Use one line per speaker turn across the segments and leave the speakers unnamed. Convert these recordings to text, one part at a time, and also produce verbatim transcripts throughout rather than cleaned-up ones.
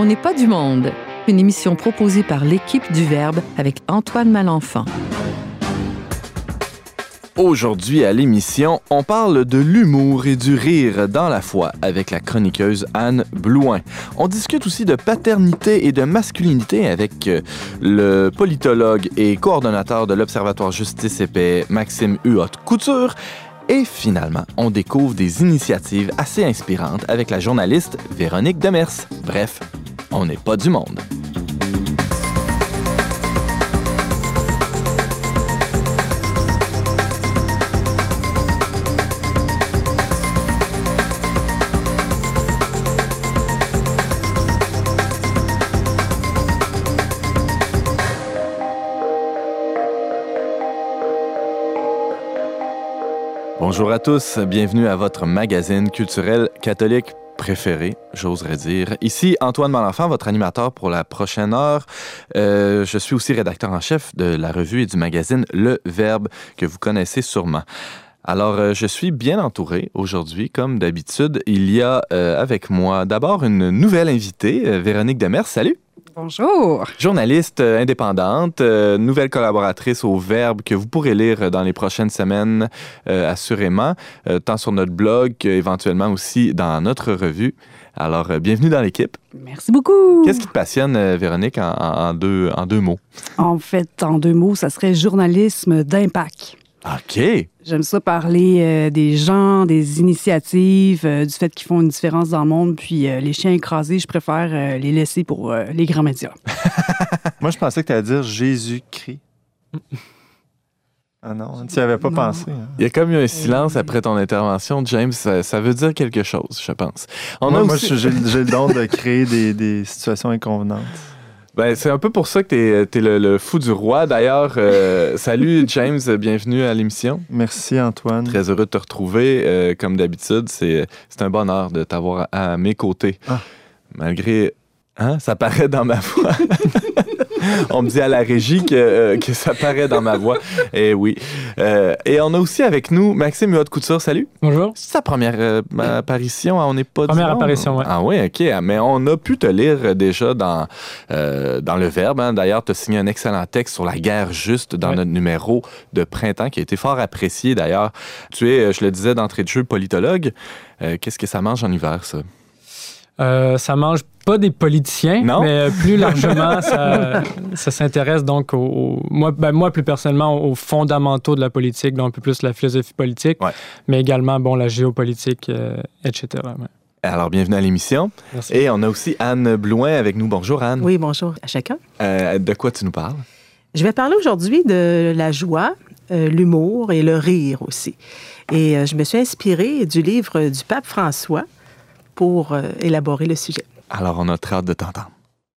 n'est pas du monde, une émission proposée par l'équipe du Verbe avec Antoine Malenfant.
Aujourd'hui à l'émission, on parle de l'humour et du rire dans la foi avec la chroniqueuse Anne Blouin. On discute aussi de paternité et de masculinité avec le politologue et coordonnateur de l'Observatoire Justice et Paix, Maxime Huot-Couture. Et finalement, on découvre des initiatives assez inspirantes avec la journaliste Véronique Demers. Bref, on n'est pas du monde. Bonjour à tous, bienvenue à votre magazine culturel catholique préféré, j'oserais dire. Ici, Antoine Malenfant, votre animateur pour la prochaine heure. Euh, je suis aussi rédacteur en chef de la revue et du magazine Le Verbe, que vous connaissez sûrement. Alors, euh, je suis bien entouré aujourd'hui, comme d'habitude. Il y a euh, avec moi d'abord une nouvelle invitée, euh, Véronique Demers. Salut!
Bonjour.
Journaliste euh, indépendante, euh, nouvelle collaboratrice au Verbe que vous pourrez lire dans les prochaines semaines, euh, assurément, euh, tant sur notre blog qu'éventuellement aussi dans notre revue. Alors, euh, bienvenue dans l'équipe.
Merci beaucoup.
Qu'est-ce qui te passionne, euh, Véronique, en, en, deux, en deux mots?
En fait, en deux mots, ça serait journalisme d'impact.
OK.
J'aime ça parler euh, des gens, des initiatives, euh, du fait qu'ils font une différence dans le monde. Puis euh, les chiens écrasés, je préfère euh, les laisser pour euh, les grands médias.
Moi, je pensais que tu allais dire Jésus-Christ. Ah non, tu n'y avais pas non. pensé. Hein?
Il y a comme eu un silence après ton intervention, James. Ça, ça veut dire quelque chose, je pense. On
moi,
a
moi
aussi...
j'ai, j'ai le don de créer des, des situations inconvenantes.
Ben, c'est un peu pour ça que t'es, t'es le, le fou du roi. D'ailleurs, euh, salut James, bienvenue à l'émission.
Merci Antoine.
Très heureux de te retrouver. Euh, comme d'habitude, c'est, c'est un bonheur de t'avoir à, à mes côtés. Ah. Malgré... Hein, ça paraît dans ma voix. On me dit à la régie que, euh, que ça paraît dans ma voix. Et oui. Euh, et on a aussi avec nous Maxime Huot-Couture. Salut.
Bonjour.
C'est ta première euh, apparition. On n'est pas
Première
du
apparition, oui.
Ah oui, OK. Mais on a pu te lire déjà dans, euh, dans Le Verbe. Hein. D'ailleurs, tu as signé un excellent texte sur la guerre juste dans oui. notre numéro de printemps qui a été fort apprécié. D'ailleurs, tu es, je le disais d'entrée de jeu, politologue. Euh, qu'est-ce que ça mange en hiver, ça?
Euh, ça mange pas des politiciens,
non?
mais plus largement, ça, ça s'intéresse donc, au, au, moi, ben moi, plus personnellement, aux fondamentaux de la politique, donc un peu plus la philosophie politique, ouais. mais également bon, la géopolitique, euh, et cetera. Ouais.
Alors, bienvenue à l'émission.
Merci.
Et on a aussi Anne Blouin avec nous. Bonjour, Anne.
Oui, bonjour à chacun.
Euh, de quoi tu nous parles?
Je vais parler aujourd'hui de la joie, euh, l'humour et le rire aussi. Et euh, je me suis inspirée du livre du pape François pour euh, élaborer le sujet.
Alors, on a très hâte de t'entendre.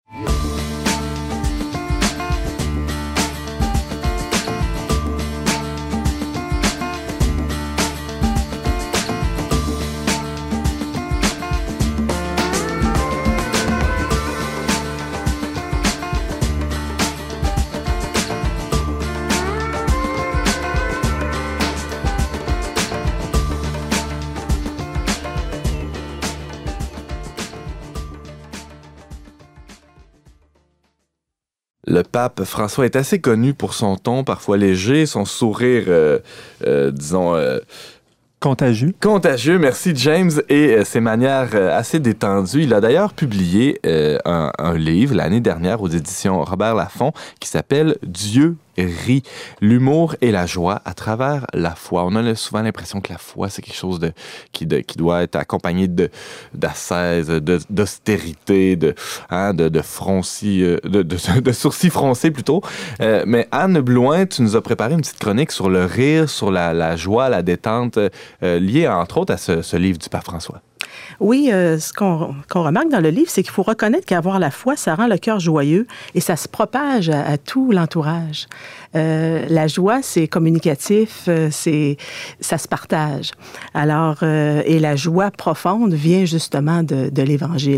Le pape François est assez connu pour son ton parfois léger, son sourire, euh, euh, disons... Euh,
Contagieux.
Contagieux, merci James, et euh, ses manières euh, assez détendues. Il a d'ailleurs publié euh, un, un livre l'année dernière aux éditions Robert Laffont qui s'appelle « Dieu rit, l'humour et la joie à travers la foi ». On a souvent l'impression que la foi, c'est quelque chose de, qui, de, qui doit être accompagné de, d'ascèse, de, d'austérité, de, hein, de, de, froncis, de, de, de sourcils froncés plutôt. Euh, mais Anne Blouin, tu nous as préparé une petite chronique sur le rire, sur la, la joie, la détente, euh, liée entre autres à ce, ce livre du pape François.
Oui, euh, ce qu'on, qu'on remarque dans le livre, c'est qu'il faut reconnaître qu'avoir la foi, ça rend le cœur joyeux et ça se propage à, à tout l'entourage. Euh, la joie, c'est communicatif, euh, c'est, ça se partage. Alors, euh, et la joie profonde vient justement de, de l'Évangile.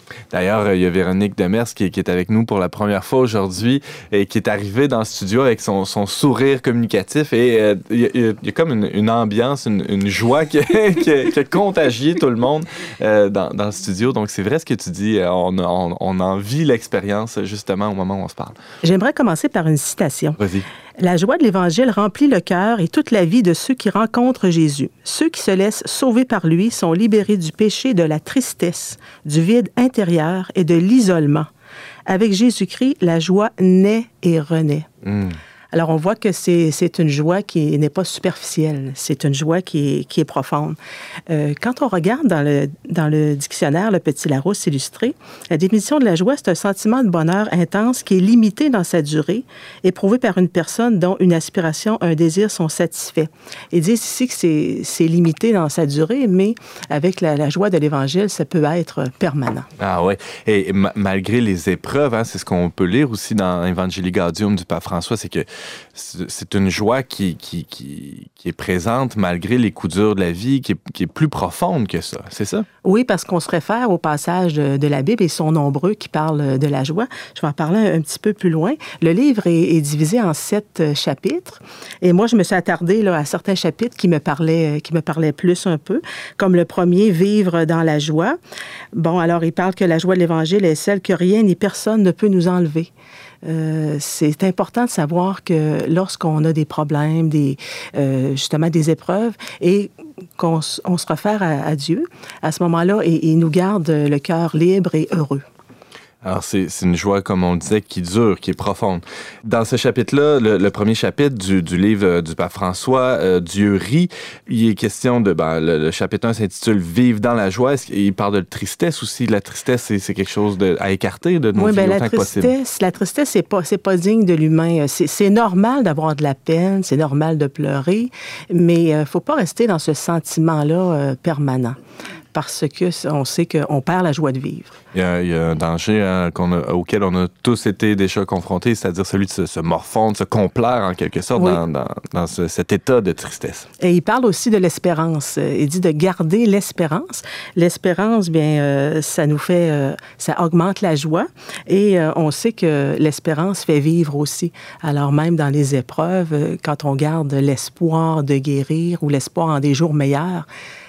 D'ailleurs, il y a Véronique Demers qui, qui est avec nous pour la première fois aujourd'hui et qui est arrivée dans le studio avec son, son sourire communicatif et euh, il, y a, il y a comme une, une ambiance, une, une joie qui, qui, qui a contagié tout le monde euh, dans, dans le studio. Donc, c'est vrai ce que tu dis. On, on, on en vit l'expérience justement au moment où on se parle.
J'aimerais commencer par une citation.
Vas-y.
La joie de l'Évangile remplit le cœur et toute la vie de ceux qui rencontrent Jésus. Ceux qui se laissent sauver par lui sont libérés du péché, de la tristesse, du vide intérieur et de l'isolement. Avec Jésus-Christ, la joie naît et renaît. Mm. Alors, on voit que c'est, c'est une joie qui n'est pas superficielle. C'est une joie qui est, qui est profonde. Euh, quand on regarde dans le, dans le dictionnaire, le Petit Larousse illustré, la définition de la joie, c'est un sentiment de bonheur intense qui est limité dans sa durée, éprouvé par une personne dont une aspiration, un désir sont satisfaits. Ils disent ici que c'est, c'est limité dans sa durée, mais avec la, la joie de l'Évangile, ça peut être permanent.
Ah oui. Et ma- malgré les épreuves, hein, c'est ce qu'on peut lire aussi dans Evangelii Gaudium du pape François, c'est que c'est une joie qui, qui, qui, qui est présente malgré les coups durs de la vie, qui est, qui est plus profonde que ça, c'est ça?
Oui, parce qu'on se réfère au passage de, de la Bible et ils sont nombreux qui parlent de la joie. Je vais en parler un, un petit peu plus loin. Le livre est, est divisé en sept chapitres et moi, je me suis attardée là, à certains chapitres qui me parlaient, qui me parlaient plus un peu, comme le premier, Vivre dans la joie. Bon, alors, il parle que la joie de l'Évangile est celle que rien ni personne ne peut nous enlever. Euh, c'est important de savoir que lorsqu'on a des problèmes, des, euh, justement des épreuves, et qu'on on se réfère à, à Dieu, à ce moment-là, il, il nous garde le cœur libre et heureux.
Alors, c'est, c'est une joie, comme on le disait, qui dure, qui est profonde. Dans ce chapitre-là, le, le premier chapitre du, du livre du pape François, euh, Dieu rit, il est question de... Ben, le, le chapitre un s'intitule « Vivre dans la joie ». Il parle de tristesse aussi. La tristesse, c'est, c'est quelque chose de, à écarter de nos
oui,
vies
bien,
autant
la
que possible.
Tristesse, la tristesse, c'est pas, c'est pas digne de l'humain. C'est, c'est normal d'avoir de la peine, c'est normal de pleurer, mais il ne faut pas rester dans ce sentiment-là euh, permanent. Parce qu'on sait qu'on perd la joie de vivre.
Il y a, il y a un danger hein, qu'on a, auquel on a tous été déjà confrontés, c'est-à-dire celui de se, se morfondre, de se complaire en quelque sorte oui. dans, dans, dans ce, cet état de tristesse.
Et il parle aussi de l'espérance. Il dit de garder l'espérance. L'espérance, bien, euh, ça nous fait, euh, ça augmente la joie et euh, on sait que l'espérance fait vivre aussi. Alors même dans les épreuves, quand on garde l'espoir de guérir ou l'espoir en des jours meilleurs,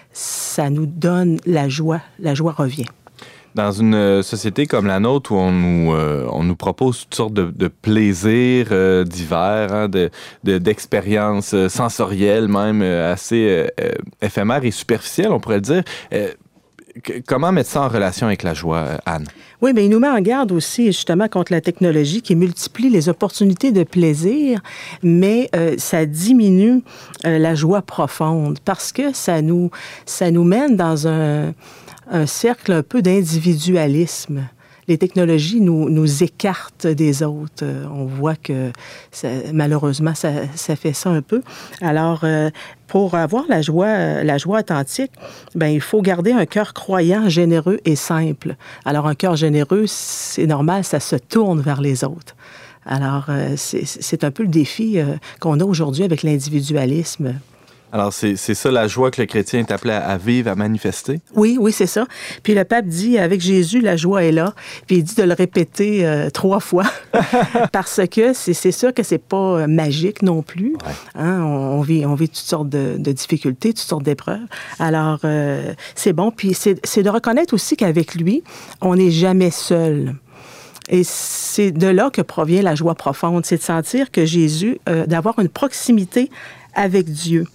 ça nous donne la joie. La joie revient.
Dans une société comme la nôtre où on nous, euh, on nous propose toutes sortes de, de plaisirs euh, divers, hein, de, de, d'expériences sensorielles même euh, assez euh, éphémères et superficielles, on pourrait le dire. Euh, Comment mettre ça en relation avec la joie, Anne?
Oui, bien, il nous met en garde aussi, justement, contre la technologie qui multiplie les opportunités de plaisir, mais euh, ça diminue euh, la joie profonde parce que ça nous, ça nous mène dans un, un cercle un peu d'individualisme. Les technologies nous, nous écartent des autres. Euh, on voit que, ça, malheureusement, ça, ça fait ça un peu. Alors, euh, pour avoir la joie, la joie authentique, ben il faut garder un cœur croyant, généreux et simple. Alors, un cœur généreux, c'est normal, ça se tourne vers les autres. Alors, euh, c'est, c'est un peu le défi euh, qu'on a aujourd'hui avec l'individualisme.
Alors, c'est, c'est ça la joie que le chrétien est appelé à vivre, à manifester?
Oui, oui, c'est ça. Puis le pape dit, avec Jésus, la joie est là. Puis il dit de le répéter euh, trois fois. Parce que c'est, c'est sûr que c'est pas magique non plus. Ouais. Hein, on, on, vit, on vit toutes sortes de, de difficultés, toutes sortes d'épreuves. Alors, euh, c'est bon. Puis c'est, c'est de reconnaître aussi qu'avec lui, on n'est jamais seul. Et c'est de là que provient la joie profonde. C'est de sentir que Jésus, euh, d'avoir une proximité avec Dieu.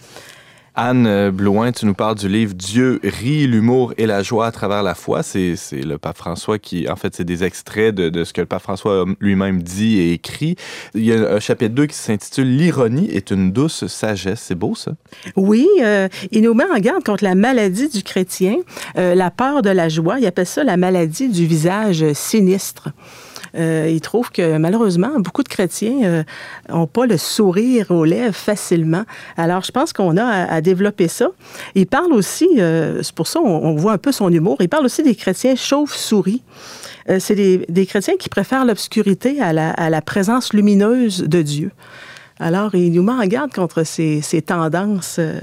Anne Blouin, tu nous parles du livre « Dieu rit, l'humour et la joie à travers la foi ». C'est, c'est le pape François qui, en fait, c'est des extraits de, de ce que le pape François lui-même dit et écrit. Il y a un chapitre deux qui s'intitule « L'ironie est une douce sagesse ». C'est beau, ça?
Oui, euh, il nous met en garde contre la maladie du chrétien, euh, la peur de la joie. Il appelle ça la maladie du visage sinistre. Euh, il trouve que, malheureusement, beaucoup de chrétiens n'ont euh, pas le sourire aux lèvres facilement. Alors, je pense qu'on a à, à développer ça. Il parle aussi, euh, c'est pour ça on, on voit un peu son humour, il parle aussi des chrétiens chauves-souris. Euh, c'est des, des chrétiens qui préfèrent l'obscurité à la, à la présence lumineuse de Dieu. Alors, il nous met en garde contre ces, ces tendances euh,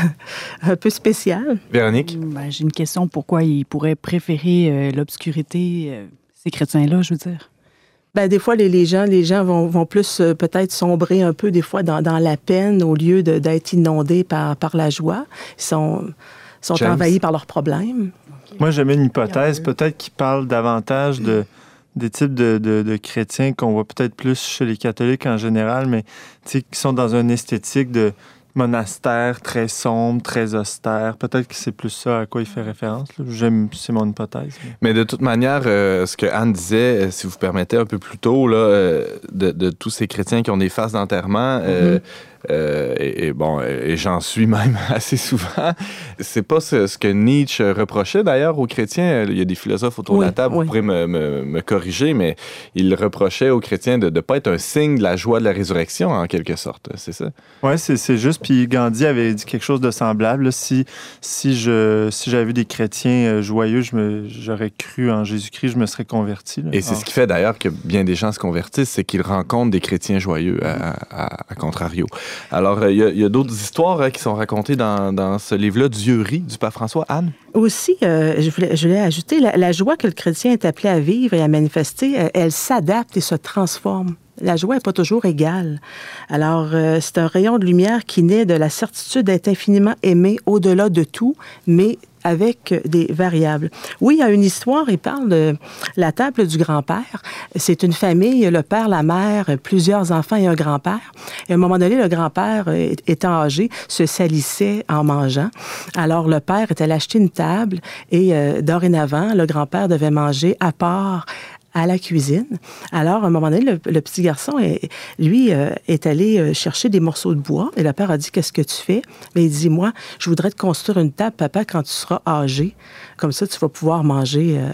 un peu spéciales.
Véronique?
Ben, j'ai une question. Pourquoi ils pourraient préférer euh, l'obscurité, euh, ces chrétiens-là, je veux dire?
Ben, des fois, les, les gens, les gens vont, vont plus euh, peut-être sombrer un peu, des fois, dans, dans la peine au lieu de, d'être inondés par, par la joie. Ils sont, sont envahis par leurs problèmes.
Moi, j'aimais une hypothèse, peut-être qui parle davantage de, des types de, de, de chrétiens qu'on voit peut-être plus chez les catholiques en général, mais qui sont dans une esthétique de monastère très sombre, très austère. Peut-être que c'est plus ça à quoi il fait référence. Là. J'aime, c'est mon hypothèse. Mais,
mais de toute manière, euh, ce que Anne disait, euh, si vous permettez un peu plus tôt, là, euh, de, de tous ces chrétiens qui ont des faces d'enterrement, euh, mm-hmm. Euh, et, et bon, et j'en suis même assez souvent. C'est pas ce, ce que Nietzsche reprochait d'ailleurs aux chrétiens. Il y a des philosophes autour
oui,
de la table,
oui.
vous pourrez me, me, me corriger, mais il reprochait aux chrétiens de ne pas être un signe de la joie de la résurrection, en quelque sorte. C'est ça?
Oui, c'est, c'est juste. Puis Gandhi avait dit quelque chose de semblable. Là. Si, si, je, si j'avais vu des chrétiens joyeux, je me, j'aurais cru en Jésus-Christ, je me serais converti. Là.
Et c'est ah. ce qui fait d'ailleurs que bien des gens se convertissent, c'est qu'ils rencontrent des chrétiens joyeux, à, à, à contrario. Alors, il euh, y, y a d'autres histoires hein, qui sont racontées dans, dans ce livre-là, Dieu-rit, du pape François. Anne?
Aussi, euh, je, voulais, je voulais ajouter, la, la joie que le chrétien est appelé à vivre et à manifester, elle, elle s'adapte et se transforme. La joie n'est pas toujours égale. Alors, euh, c'est un rayon de lumière qui naît de la certitude d'être infiniment aimé au-delà de tout, mais avec des variables. Oui, il y a une histoire, il parle de la table du grand-père. C'est une famille, le père, la mère, plusieurs enfants et un grand-père. Et à un moment donné, le grand-père, étant âgé, se salissait en mangeant. Alors, le père est allé acheter une table et euh, dorénavant, le grand-père devait manger à part à la cuisine. Alors, à un moment donné, le, le petit garçon, est, lui, euh, est allé chercher des morceaux de bois et le père a dit « Qu'est-ce que tu fais? » Mais il dit « Moi, je voudrais te construire une table, papa, quand tu seras âgé. Comme ça, tu vas pouvoir manger euh,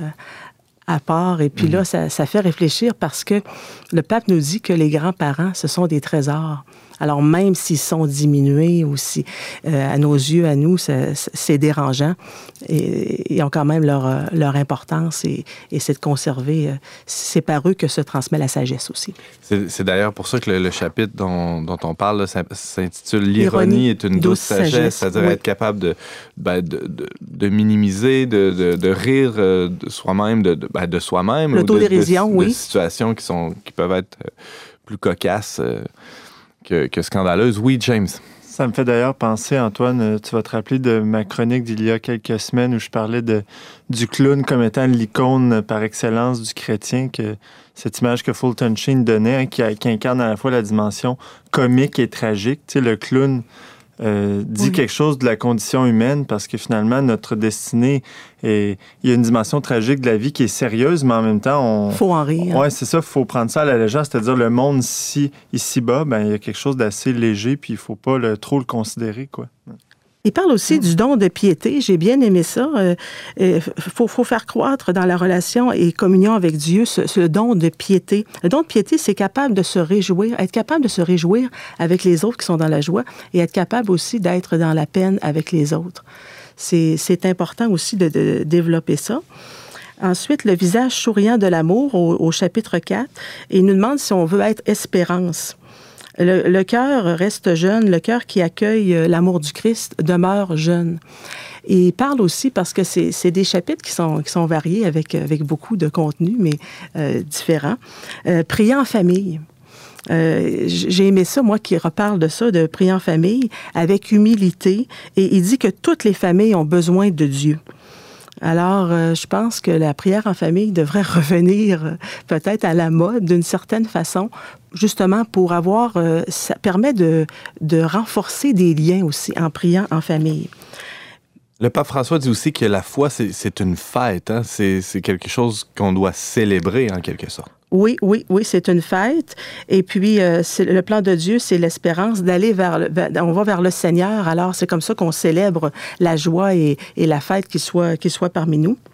à part. » Et puis mmh. là, ça, ça fait réfléchir parce que le pape nous dit que les grands-parents, ce sont des trésors. Alors, même s'ils sont diminués ou si, euh, à nos yeux, à nous, ça, c'est dérangeant, et, ils ont quand même leur, leur importance et, et c'est de conserver. Euh, c'est par eux que se transmet la sagesse aussi.
C'est, c'est d'ailleurs pour ça que le, le chapitre dont, dont on parle là, s'intitule « L'ironie est une douce, douce sagesse, sagesse », c'est-à-dire oui. être capable de, ben, de, de, de minimiser, de, de, de rire de soi-même, de, de, ben, de soi-même.
L'autodérision,
ou de, de,
oui.
De situations qui, sont, qui peuvent être plus cocasses. Euh, Que, que scandaleuse. Oui, James.
Ça me fait d'ailleurs penser, Antoine, tu vas te rappeler de ma chronique d'il y a quelques semaines où je parlais de, du clown comme étant l'icône par excellence du chrétien, que cette image que Fulton Sheen donnait, hein, qui, qui incarne à la fois la dimension comique et tragique. Tu sais, le clown euh, dit oui. quelque chose de la condition humaine parce que finalement, notre destinée, est, il y a une dimension tragique de la vie qui est sérieuse, mais en même temps, on...
faut en rire.
Oui, c'est ça, il faut prendre ça à la légère, c'est-à-dire le monde ici, ici-bas, ben, il y a quelque chose d'assez léger, puis il ne faut pas le, trop le considérer, quoi.
Il parle aussi du don de piété. J'ai bien aimé ça. Il euh, faut, faut faire croître dans la relation et communion avec Dieu ce, ce don de piété. Le don de piété, c'est capable de se réjouir, être capable de se réjouir avec les autres qui sont dans la joie et être capable aussi d'être dans la peine avec les autres. C'est, c'est important aussi de, de développer ça. Ensuite, le visage souriant de l'amour au, au chapitre quatre. Et il nous demande si on veut être espérance. Le, le cœur reste jeune, le cœur qui accueille l'amour du Christ demeure jeune. Et il parle aussi, parce que c'est, c'est des chapitres qui sont, qui sont variés avec, avec beaucoup de contenu, mais euh, différents. Euh, prier en famille. Euh, j'ai aimé ça, moi, qui reparle de ça, de prier en famille, avec humilité. Et il dit que toutes les familles ont besoin de Dieu. Alors, euh, je pense que la prière en famille devrait revenir euh, peut-être à la mode d'une certaine façon, justement pour avoir... Euh, ça permet de, de renforcer des liens aussi en priant en famille.
Le pape François dit aussi que la foi, c'est, c'est une fête. Hein? C'est, c'est quelque chose qu'on doit célébrer, en quelque sorte.
Oui, oui, oui, c'est une fête. Et puis, euh, c'est, le plan de Dieu, c'est l'espérance d'aller vers, le, vers... On va vers le Seigneur. Alors, c'est comme ça qu'on célèbre la joie et, et la fête qui soit, qui soit parmi nous.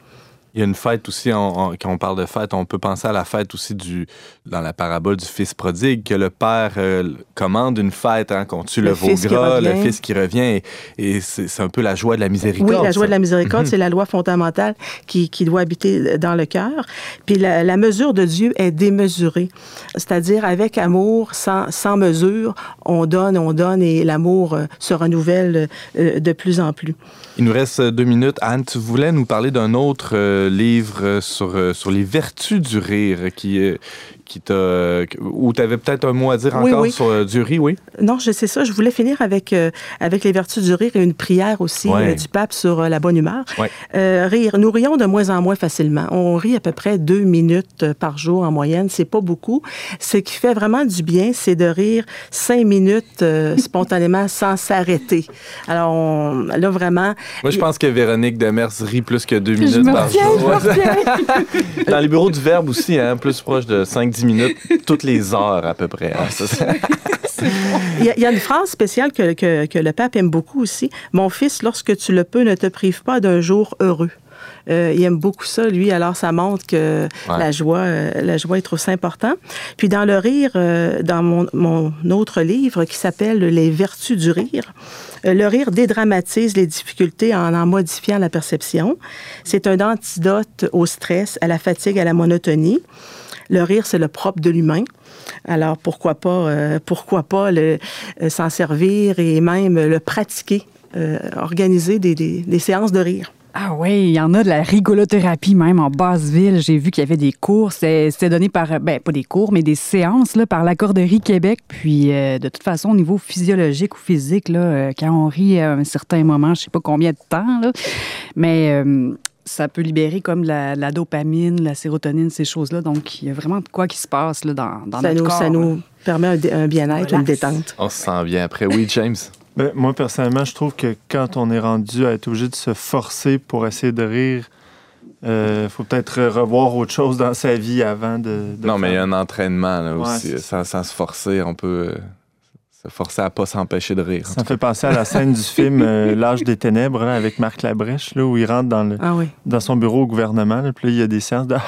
Il y a une fête aussi, on, on, quand on parle de fête, on peut penser à la fête aussi du, dans la parabole du fils prodigue, que le père euh, commande une fête, hein, qu'on tue le, le veau gras, le fils qui revient, et, et c'est, c'est un peu la joie de la miséricorde.
Oui, la joie
ça.
de la miséricorde, mm-hmm. c'est la loi fondamentale qui, qui doit habiter dans le cœur. Puis la, la mesure de Dieu est démesurée, c'est-à-dire avec amour, sans, sans mesure, on donne, on donne, et l'amour euh, se renouvelle euh, de plus en plus.
Il nous reste deux minutes. Anne, tu voulais nous parler d'un autre euh, livre sur, euh, sur les vertus du rire qui, euh, qui t'a... Où tu avais peut-être un mot à dire
oui,
encore
oui.
sur euh, du riz, oui?
Non, je sais ça. Je voulais finir avec, euh, avec les vertus du rire et une prière aussi
ouais.
euh, du pape sur euh, la bonne humeur.
Ouais.
Euh, rire. Nous rions de moins en moins facilement. On rit à peu près deux minutes par jour en moyenne. C'est pas beaucoup. Ce qui fait vraiment du bien, c'est de rire cinq minutes euh, spontanément sans s'arrêter. Alors, on, là, vraiment...
Moi, je pense que Véronique Demers rit plus que deux minutes
je me
par
retiens,
jour.
Je me retiens.
Dans les bureaux du Verbe aussi, hein, plus proche de cinq dix minutes, toutes les heures à peu près. Hein, ça, ça.
il, y a, il y a une phrase spéciale que, que, que le pape aime beaucoup aussi. « Mon fils, lorsque tu le peux, ne te prive pas d'un jour heureux. » Euh, il aime beaucoup ça, lui. Alors, ça montre que ouais. la joie, euh, la joie est trop important. Puis, dans le rire, euh, dans mon, mon autre livre qui s'appelle « Les vertus du rire », euh, le rire dédramatise les difficultés en en modifiant la perception. C'est un antidote au stress, à la fatigue, à la monotonie. Le rire, c'est le propre de l'humain. Alors, pourquoi pas, euh, pourquoi pas le, euh, s'en servir et même le pratiquer, euh, organiser des, des, des séances de rire.
Ah oui, il y en a de la rigolothérapie même en Basse-Ville. J'ai vu qu'il y avait des cours. C'était, c'était donné par, ben pas des cours, mais des séances là, par l'Accorderie Québec. Puis euh, de toute façon, au niveau physiologique ou physique, là, euh, quand on rit à un certain moment, je sais pas combien de temps, là, mais euh, ça peut libérer comme la, la dopamine, la sérotonine, ces choses-là. Donc, il y a vraiment de quoi qui se passe là, dans, dans
ça
notre
nous,
corps.
Ça nous permet un, un bien-être, Relax. Une détente.
On se sent bien après. Oui, James?
Ben, moi, personnellement, je trouve que quand on est rendu à être obligé de se forcer pour essayer de rire, il euh, faut peut-être revoir autre chose dans sa vie avant de... de
non,
faire...
mais il y a un entraînement là, aussi.
Ouais,
sans, sans se forcer, on peut euh, se forcer à ne pas s'empêcher de rire.
Ça me fait penser à la scène du film euh, L'Âge des ténèbres là, avec Marc Labrèche, là, où il rentre dans, le,
ah oui.
dans son bureau au gouvernement. Là, puis là, il y a des séances de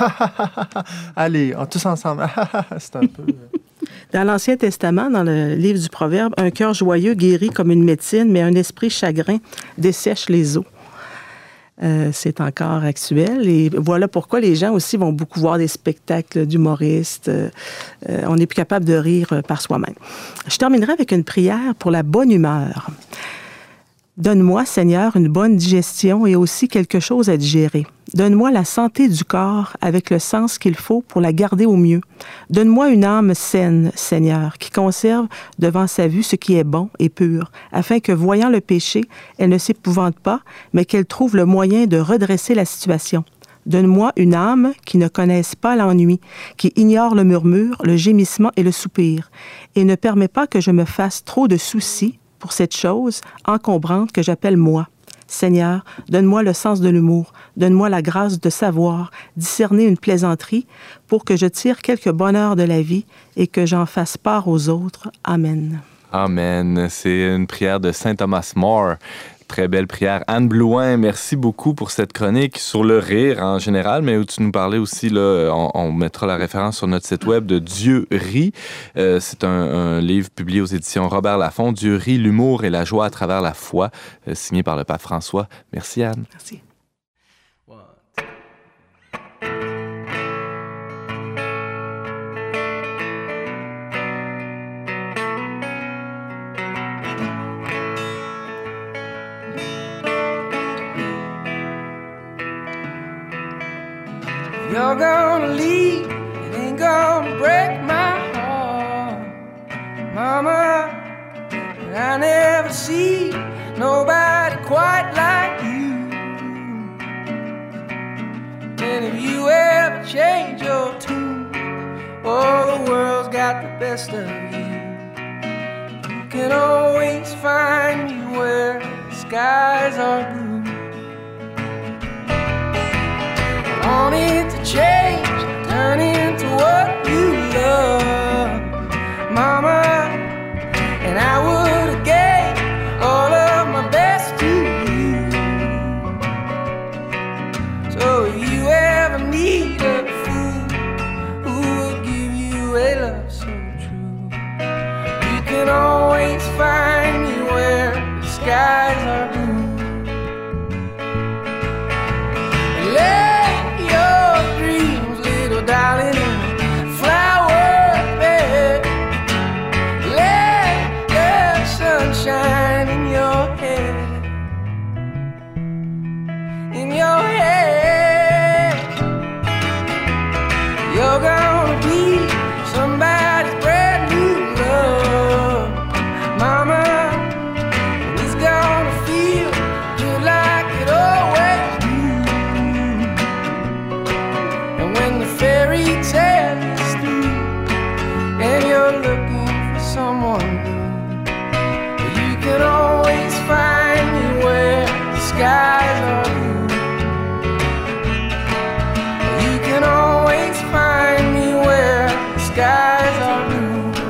« Allez, on, tous ensemble. » C'est un peu...
Dans l'Ancien Testament, dans le livre du Proverbe, un cœur joyeux guérit comme une médecine, mais un esprit chagrin dessèche les os. Euh, c'est encore actuel. Et voilà pourquoi les gens aussi vont beaucoup voir des spectacles d'humoristes. Euh, on n'est plus capable de rire par soi-même. Je terminerai avec une prière pour la bonne humeur. Donne-moi, Seigneur, une bonne digestion et aussi quelque chose à digérer. Donne-moi la santé du corps avec le sens qu'il faut pour la garder au mieux. Donne-moi une âme saine, Seigneur, qui conserve devant sa vue ce qui est bon et pur, afin que, voyant le péché, elle ne s'épouvante pas, mais qu'elle trouve le moyen de redresser la situation. Donne-moi une âme qui ne connaisse pas l'ennui, qui ignore le murmure, le gémissement et le soupir, et ne permet pas que je me fasse trop de soucis pour cette chose encombrante que j'appelle moi. Seigneur, donne-moi le sens de l'humour, donne-moi la grâce de savoir discerner une plaisanterie pour que je tire quelque bonheur de la vie et que j'en fasse part aux autres. Amen.
Amen. C'est une prière de saint Thomas More. Très belle prière. Anne Blouin, merci beaucoup pour cette chronique sur le rire en général, mais où tu nous parlais aussi, là, on, on mettra la référence sur notre site web de Dieu rit. Euh, c'est un, un livre publié aux éditions Robert Laffont, Dieu rit, l'humour et la joie à travers la foi, euh, signé par le pape François. Merci Anne.
Merci.
You're gonna leave, it ain't gonna break my heart, Mama. And I never see nobody quite like you. And if you ever change your tune, oh, the world's got the best of you. You can always find me where the skies are blue. I want it to change, turn into what you love, Mama. And I would have gave all of my best to you. So if you in your head. You're gonna be somebody's brand new love, mama. It's gonna feel just like it always do. And when the fairy tale is through and you're looking for someone new, you can always find me where the skies are blue. You can always find me where the skies are blue.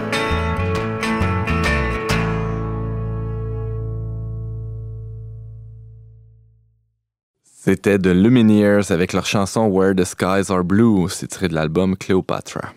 C'était The Lumineers avec leur chanson Where the Skies Are Blue. C'est tiré de l'album Cléopatra.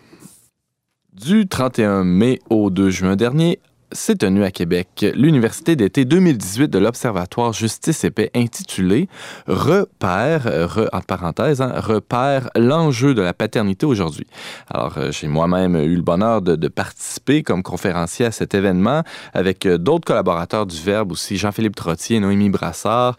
Du trente et un mai au deux juin dernier, s'est tenue à Québec l'université d'été deux mille dix-huit de l'Observatoire Justice et Paix intitulée « Repère », re, entre parenthèses, hein, « Repère l'enjeu de la paternité aujourd'hui ». Alors, euh, j'ai moi-même eu le bonheur de, de participer comme conférencier à cet événement avec euh, d'autres collaborateurs du Verbe aussi, Jean-Philippe Trottier, Noémie Brassard.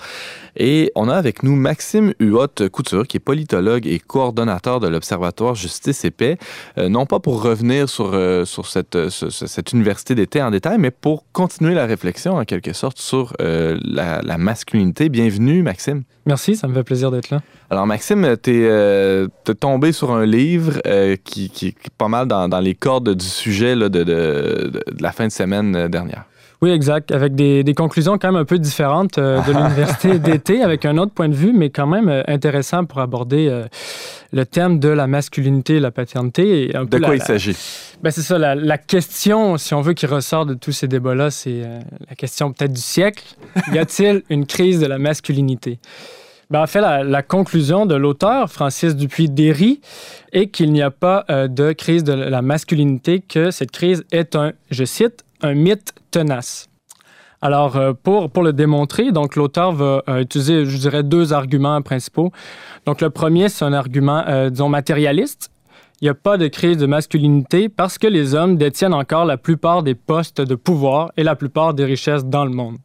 Et on a avec nous Maxime Huot-Couture, qui est politologue et coordonnateur de l'Observatoire Justice et Paix, euh, non pas pour revenir sur, euh, sur cette, ce, cette université d'été en détail, mais pour continuer la réflexion, en quelque sorte, sur euh, la, la masculinité. Bienvenue, Maxime.
Merci, ça me fait plaisir d'être là.
Alors, Maxime, t'es, euh, t'es tombé sur un livre euh, qui, qui, qui est pas mal dans, dans les cordes du sujet là, de, de, de, de la fin de semaine dernière.
Oui, exact. Avec des, des conclusions quand même un peu différentes euh, de l'université d'été, avec un autre point de vue, mais quand même euh, intéressant pour aborder euh, le thème de la masculinité et la paternité. Et un
de
peu
quoi
la,
il
la,
s'agit?
Ben c'est ça, la, la question, si on veut, qui ressort de tous ces débats-là, c'est euh, la question peut-être du siècle. Y a-t-il une crise de la masculinité? Ben, en fait, la, la conclusion de l'auteur, Francis Dupuis-Déry, est qu'il n'y a pas euh, de crise de la masculinité, que cette crise est un, je cite, un mythe tenace. Alors, euh, pour, pour le démontrer, donc l'auteur va euh, utiliser, je dirais, deux arguments principaux. Donc, le premier, c'est un argument, euh, disons, matérialiste. Il n'y a pas de crise de masculinité parce que les hommes détiennent encore la plupart des postes de pouvoir et la plupart des richesses dans le monde.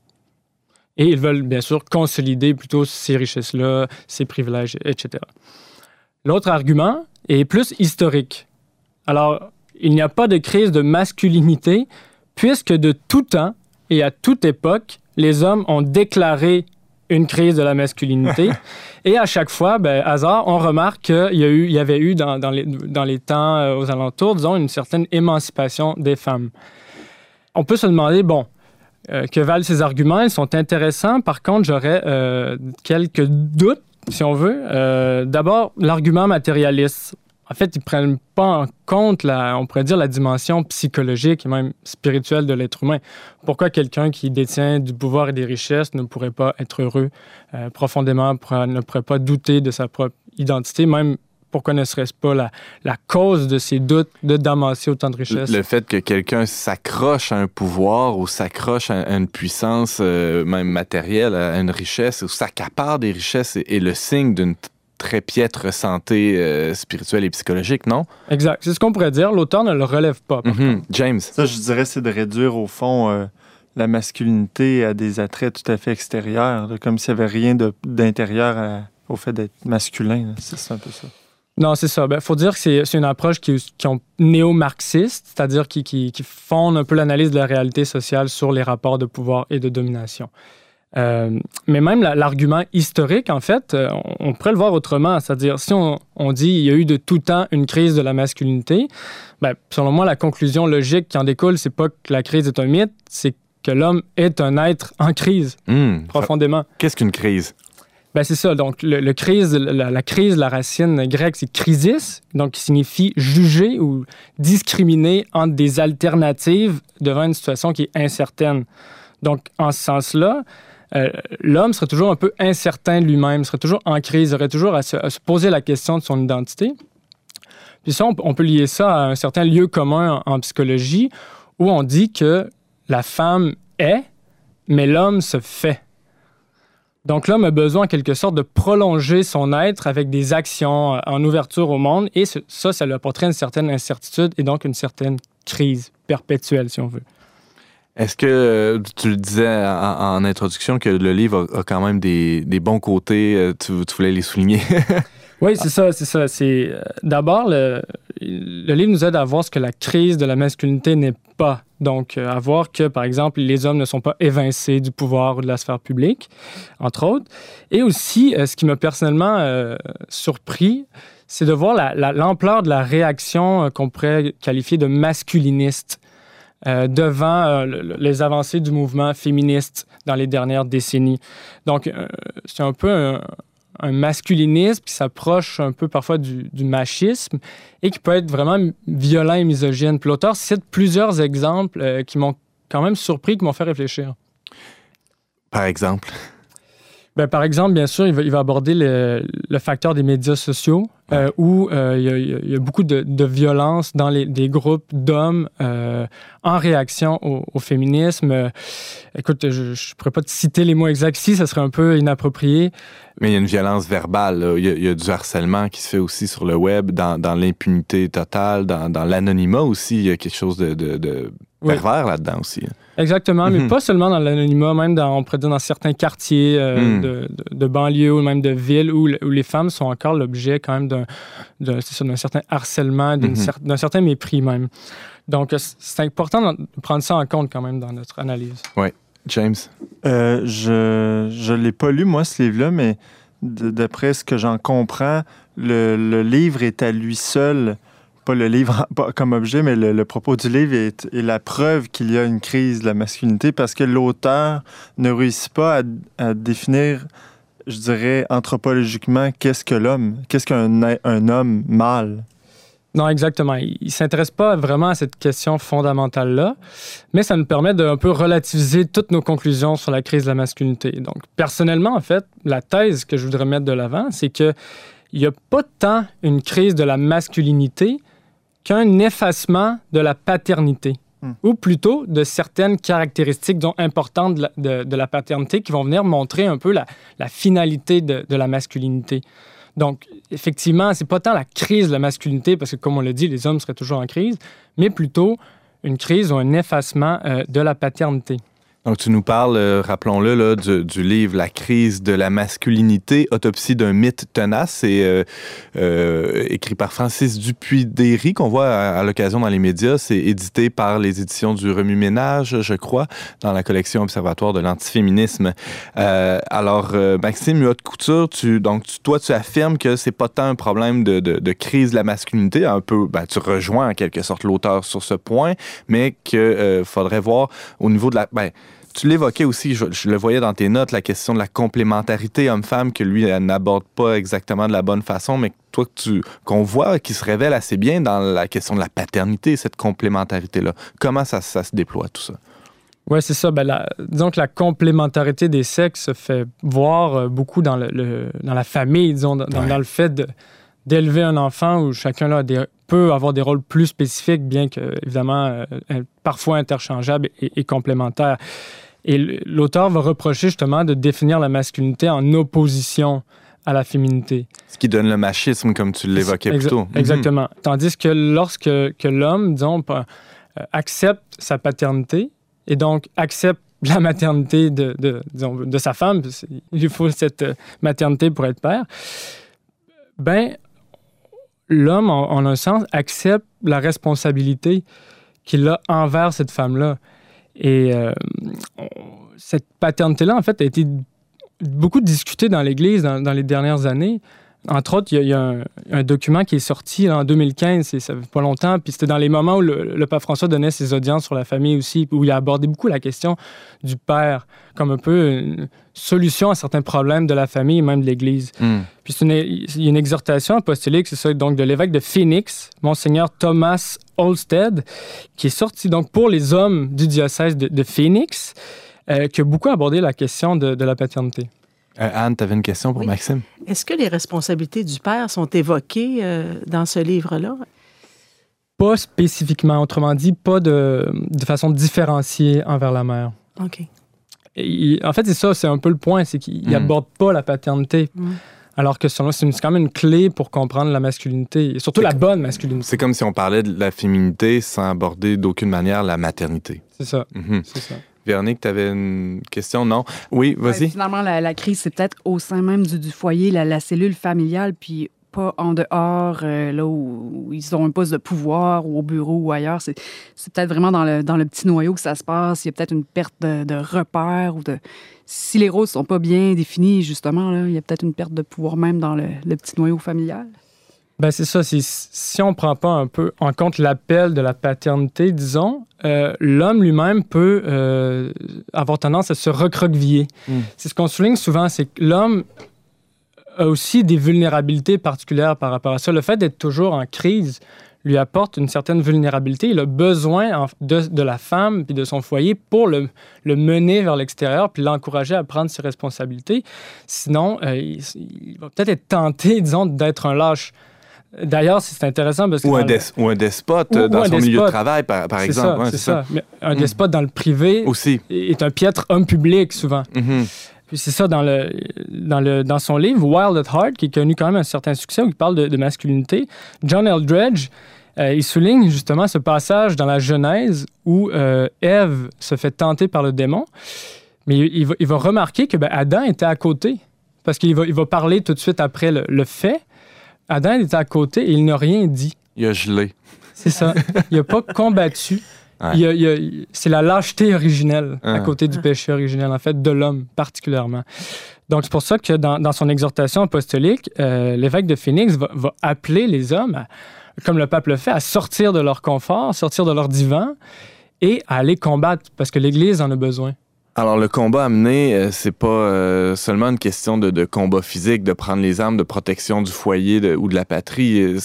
Et ils veulent, bien sûr, consolider plutôt ces richesses-là, ces privilèges, et cetera. L'autre argument est plus historique. Alors, il n'y a pas de crise de masculinité puisque de tout temps et à toute époque, les hommes ont déclaré une crise de la masculinité. Et à chaque fois, ben, hasard, on remarque qu'il y, a eu, il y avait eu dans, dans, les, dans les temps euh, aux alentours, disons, une certaine émancipation des femmes. On peut se demander, bon, Euh, que valent ces arguments? Ils sont intéressants. Par contre, j'aurais euh, quelques doutes, si on veut. Euh, d'abord, l'argument matérialiste. En fait, ils ne prennent pas en compte, la, on pourrait dire, la dimension psychologique et même spirituelle de l'être humain. Pourquoi quelqu'un qui détient du pouvoir et des richesses ne pourrait pas être heureux euh, profondément, ne pourrait pas douter de sa propre identité, même pourquoi ne serait-ce pas la, la cause de ces doutes de d'amasser autant de richesses?
Le fait que quelqu'un s'accroche à un pouvoir ou s'accroche à une puissance, euh, même matérielle, à une richesse, ou s'accapare des richesses est, est le signe d'une t- très piètre santé euh, spirituelle et psychologique, non?
Exact. C'est ce qu'on pourrait dire. L'auteur ne le relève pas.
Mm-hmm. James?
Ça, je dirais, c'est de réduire, au fond, euh, la masculinité à des attraits tout à fait extérieurs, là, comme s'il n'y avait rien de, d'intérieur à, au fait d'être masculin. Là. C'est, c'est un peu ça.
Non, c'est ça. Il ben, faut dire que c'est, c'est une approche qui, qui est néo-marxiste, c'est-à-dire qui, qui, qui fonde un peu l'analyse de la réalité sociale sur les rapports de pouvoir et de domination. Euh, mais même la, l'argument historique, en fait, euh, on, on pourrait le voir autrement. C'est-à-dire, si on, on dit qu'il y a eu de tout temps une crise de la masculinité, ben, selon moi, la conclusion logique qui en découle, c'est pas que la crise est un mythe, c'est que l'homme est un être en crise,
mmh,
profondément.
Qu'est-ce qu'une crise?
Ben c'est ça. Donc, le, le crise, la, la crise, la racine grecque, c'est crisis, donc qui signifie juger ou discriminer entre des alternatives devant une situation qui est incertaine. Donc, en ce sens-là, euh, l'homme serait toujours un peu incertain lui-même, serait toujours en crise, aurait toujours à se, à se poser la question de son identité. Puis ça, on, on peut lier ça à un certain lieu commun en, en psychologie où on dit que la femme est, mais l'homme se fait. Donc, l'homme a besoin, en quelque sorte, de prolonger son être avec des actions en ouverture au monde. Et ça, ça lui apporterait une certaine incertitude et donc une certaine crise perpétuelle, si on veut.
Est-ce que tu le disais en, en introduction que le livre a, a quand même des, des bons côtés, tu, tu voulais les souligner?
Oui, c'est ça, c'est ça. C'est, euh, d'abord, le, le livre nous aide à voir ce que la crise de la masculinité n'est pas. Donc, euh, à voir que, par exemple, les hommes ne sont pas évincés du pouvoir ou de la sphère publique, entre autres. Et aussi, euh, ce qui m'a personnellement euh, surpris, c'est de voir la, la, l'ampleur de la réaction euh, qu'on pourrait qualifier de masculiniste euh, devant euh, le, les avancées du mouvement féministe dans les dernières décennies. Donc, euh, c'est un peu un... un masculinisme qui s'approche un peu parfois du, du machisme et qui peut être vraiment violent et misogyne. Puis l'auteur cite plusieurs exemples euh, qui m'ont quand même surpris, qui m'ont fait réfléchir.
Par exemple?
Ben, par exemple, bien sûr, il va, il va aborder le, le facteur des médias sociaux euh, où euh, il, y a, il y a beaucoup de, de violence dans les, des groupes d'hommes euh, en réaction au, au féminisme. Euh, écoute, je ne pourrais pas te citer les mots exacts ici, ça serait un peu inapproprié.
Mais il y a une violence verbale, là. Il, y a, il y a du harcèlement qui se fait aussi sur le web, dans, dans l'impunité totale, dans, dans l'anonymat aussi. Il y a quelque chose de, de, de pervers oui. là-dedans aussi.
Exactement, mm-hmm. mais pas seulement dans l'anonymat, même dans, on pourrait dire dans certains quartiers euh, mm. de, de, de banlieue ou même de villes où, où les femmes sont encore l'objet quand même d'un, d'un, c'est ça, d'un certain harcèlement, d'une mm-hmm. cer- d'un certain mépris même. Donc, c'est important de prendre ça en compte quand même dans notre analyse.
Oui. James?
Euh, je je l'ai pas lu, moi, ce livre-là, mais d- d'après ce que j'en comprends, le, le livre est à lui seul, pas le livre pas comme objet, mais le, le propos du livre est, est la preuve qu'il y a une crise de la masculinité parce que l'auteur ne réussit pas à, à définir, je dirais, anthropologiquement, qu'est-ce que l'homme, qu'est-ce qu'un un homme mâle.
Non, exactement. Il ne s'intéresse pas vraiment à cette question fondamentale-là, mais ça nous permet de un peu relativiser toutes nos conclusions sur la crise de la masculinité. Donc, personnellement, en fait, la thèse que je voudrais mettre de l'avant, c'est qu'il n'y a pas tant une crise de la masculinité qu'un effacement de la paternité, mmh. ou plutôt de certaines caractéristiques disons, importantes de la, de, de la paternité qui vont venir montrer un peu la, la finalité de, de la masculinité. Donc, effectivement, c'est pas tant la crise de la masculinité, parce que, comme on l'a dit, les hommes seraient toujours en crise, mais plutôt une crise ou un effacement euh, de la paternité.
Donc, tu nous parles, euh, rappelons-le, là, du, du livre « La crise de la masculinité, autopsie d'un mythe tenace ». C'est euh, euh, écrit par Francis Dupuis-Déry, qu'on voit à, à l'occasion dans les médias. C'est édité par les éditions du Remue-Ménage, je crois, dans la collection Observatoire de l'antiféminisme. Euh, alors, euh, Maxime Huot-Couture, tu, donc, tu, toi, tu affirmes que c'est pas tant un problème de, de, de crise de la masculinité, un peu, ben, tu rejoins en quelque sorte l'auteur sur ce point, mais qu'il euh, faudrait voir au niveau de la... Ben, tu l'évoquais aussi, je, je le voyais dans tes notes, la question de la complémentarité homme-femme que lui elle n'aborde pas exactement de la bonne façon, mais toi tu, qu'on voit, qui se révèle assez bien dans la question de la paternité, cette complémentarité-là. Comment ça, ça se déploie, tout ça?
Oui, c'est ça. Ben, la, disons que la complémentarité des sexes se fait voir beaucoup dans, le, le, dans la famille, disons, dans, ouais. dans le fait de, d'élever un enfant où chacun là, a des, peut avoir des rôles plus spécifiques, bien que, évidemment, euh, parfois interchangeables et, et complémentaires. Et l'auteur va reprocher justement de définir la masculinité en opposition à la féminité.
Ce qui donne le machisme, comme tu l'évoquais
Exa-
plus tôt.
Exactement. Mm-hmm. Tandis que lorsque que l'homme, disons, accepte sa paternité et donc accepte la maternité de, de, disons, de sa femme, il lui faut cette maternité pour être père, ben l'homme, en, en un sens, accepte la responsabilité qu'il a envers cette femme-là. Et euh, on, cette paternité-là, en fait, a été beaucoup discutée dans l'Église dans, dans les dernières années. Entre autres, il y a, il y a un, un document qui est sorti là, en deux mille quinze, et ça fait pas longtemps, puis c'était dans les moments où le, le pape François donnait ses audiences sur la famille aussi, où il a abordé beaucoup la question du père comme un peu une solution à certains problèmes de la famille et même de l'Église. Mm. Puis c'est une, il y a une exhortation apostolique, c'est ça, donc de l'évêque de Phoenix, Monseigneur Thomas Olsted, qui est sorti donc pour les hommes du diocèse de, de Phoenix, euh, qui a beaucoup abordé la question de, de la paternité.
Euh, Anne, tu avais une question pour
oui.
Maxime?
Est-ce que les responsabilités du père sont évoquées euh, dans ce livre-là?
Pas spécifiquement, autrement dit, pas de, de façon différenciée envers la mère.
OK.
Et, en fait, c'est ça, c'est un peu le point, c'est qu'il n'aborde mmh. pas la paternité. Mmh. Alors que selon, c'est quand même une clé pour comprendre la masculinité, et surtout
c'est
la bonne masculinité.
C'est comme si on parlait de la féminité sans aborder d'aucune manière la maternité.
C'est ça,
Mm-hmm.
c'est ça.
Véronique, tu avais une question? Non? Oui, vas-y.
Ouais, finalement, la, la crise, c'est peut-être au sein même du, du foyer, la, la cellule familiale, puis pas en dehors, euh, là où, où ils ont un poste de pouvoir, ou au bureau, ou ailleurs. C'est, c'est peut-être vraiment dans le, dans le petit noyau que ça se passe. Il y a peut-être une perte de, de repères, ou de... Si les rôles sont pas bien définis, justement, là, il y a peut-être une perte de pouvoir même dans le, le petit noyau familial.
Ben c'est ça. C'est, si on ne prend pas un peu en compte l'appel de la paternité, disons, euh, l'homme lui-même peut euh, avoir tendance à se recroqueviller. Mm. C'est ce qu'on souligne souvent, c'est que l'homme a aussi des vulnérabilités particulières par rapport à ça. Le fait d'être toujours en crise lui apporte une certaine vulnérabilité. Il a besoin de, de la femme puis de son foyer pour le, le mener vers l'extérieur puis l'encourager à prendre ses responsabilités. Sinon, euh, il, il va peut-être être tenté, disons, d'être un lâche. D'ailleurs, c'est intéressant parce que...
Ou un, des, le... ou un despote ou, dans ou son despote. milieu de travail, par, par
c'est
exemple.
Ça,
ouais,
c'est,
c'est
ça.
ça.
Mais un
mm.
despote dans le privé
aussi
est un piètre homme public, souvent.
Mm-hmm.
Puis c'est ça, dans, le, dans, le, dans son livre, Wild at Heart, qui a connu quand même un certain succès, où il parle de, de masculinité, John Eldredge, euh, il souligne justement ce passage dans la Genèse où euh, Ève se fait tenter par le démon, mais il, il, va, il va remarquer que ben, Adam était à côté, parce qu'il va, il va parler tout de suite après le, le fait. Adam était à côté et il n'a rien dit.
Il a gelé.
C'est ça. Il n'a pas combattu.
Ouais.
Il y a, il y a, c'est la lâcheté originelle
ah.
à côté du péché originel, en fait, de l'homme particulièrement. Donc, c'est pour ça que dans, dans son exhortation apostolique, euh, l'évêque de Phoenix va, va appeler les hommes, à, comme le pape le fait, à sortir de leur confort, sortir de leur divan et à aller combattre, parce que l'Église en a besoin.
Alors, le combat à mener, euh, c'est pas euh, seulement une question de, de combat physique, de prendre les armes, de protection du foyer de, ou de la patrie.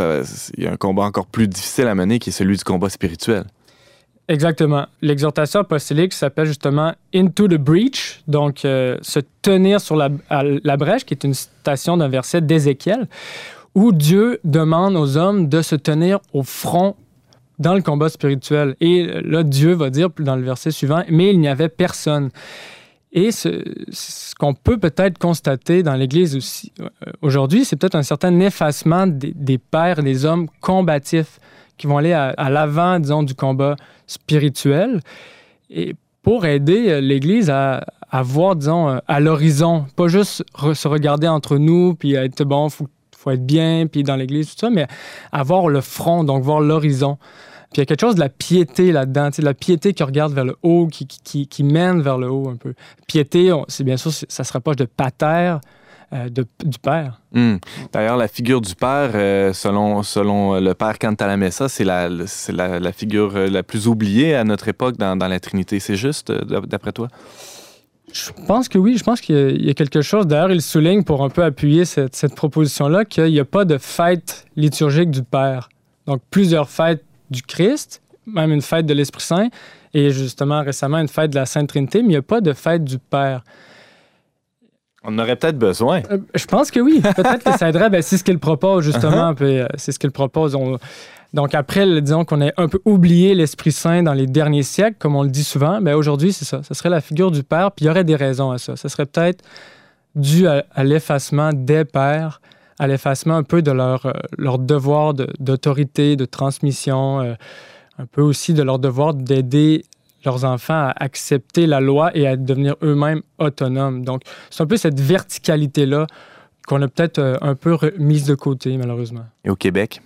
Il y a un combat encore plus difficile à mener qui est celui du combat spirituel.
Exactement. L'exhortation apostolique s'appelle justement « Into the breach », donc euh, se tenir sur la, la brèche, qui est une citation d'un verset d'Ézéchiel, où Dieu demande aux hommes de se tenir au front dans le combat spirituel. Et là, Dieu va dire dans le verset suivant « Mais il n'y avait personne ». Et ce, ce qu'on peut peut-être constater dans l'Église aussi euh, aujourd'hui, c'est peut-être un certain effacement des, des pères, des hommes combatifs qui vont aller à, à l'avant, disons, du combat spirituel, et pour aider l'Église à, à voir, disons, à l'horizon, pas juste re, se regarder entre nous, puis être bon, il faut, faut être bien, puis dans l'Église, tout ça, mais à voir le front, donc voir l'horizon. Puis il y a quelque chose de la piété là-dedans, tu sais, la piété qui regarde vers le haut, qui, qui, qui mène vers le haut un peu. Piété, on, c'est bien sûr, ça se rapproche de pater, euh, de, du Père.
Mmh. D'ailleurs, la figure du Père, euh, selon, selon le Père Cantalamessa, c'est, la, c'est la, la figure la plus oubliée à notre époque dans, dans la Trinité. C'est juste, d'après toi?
Je pense que oui. Je pense qu'il y a, il y a quelque chose. D'ailleurs, il souligne pour un peu appuyer cette, cette proposition-là qu'il n'y a pas de fête liturgique du Père. Donc, plusieurs fêtes du Christ, même une fête de l'Esprit Saint, et justement, récemment, une fête de la Sainte Trinité, mais il n'y a pas de fête du Père.
On en aurait peut-être besoin.
Euh, je pense que oui. Peut-être que ça aiderait. Ben, c'est ce qu'il propose, justement. Uh-huh. Puis, euh, c'est ce qu'il propose. On... Donc, après, disons qu'on a un peu oublié l'Esprit Saint dans les derniers siècles, comme on le dit souvent, ben, aujourd'hui, c'est ça. Ce serait la figure du Père, puis il y aurait des raisons à ça. Ce serait peut-être dû à, à l'effacement des pères, à l'effacement un peu de leur, euh, leur devoir de, d'autorité, de transmission, euh, un peu aussi de leur devoir d'aider leurs enfants à accepter la loi et à devenir eux-mêmes autonomes. Donc, c'est un peu cette verticalité-là qu'on a peut-être euh, un peu mise de côté, malheureusement.
Et au Québec?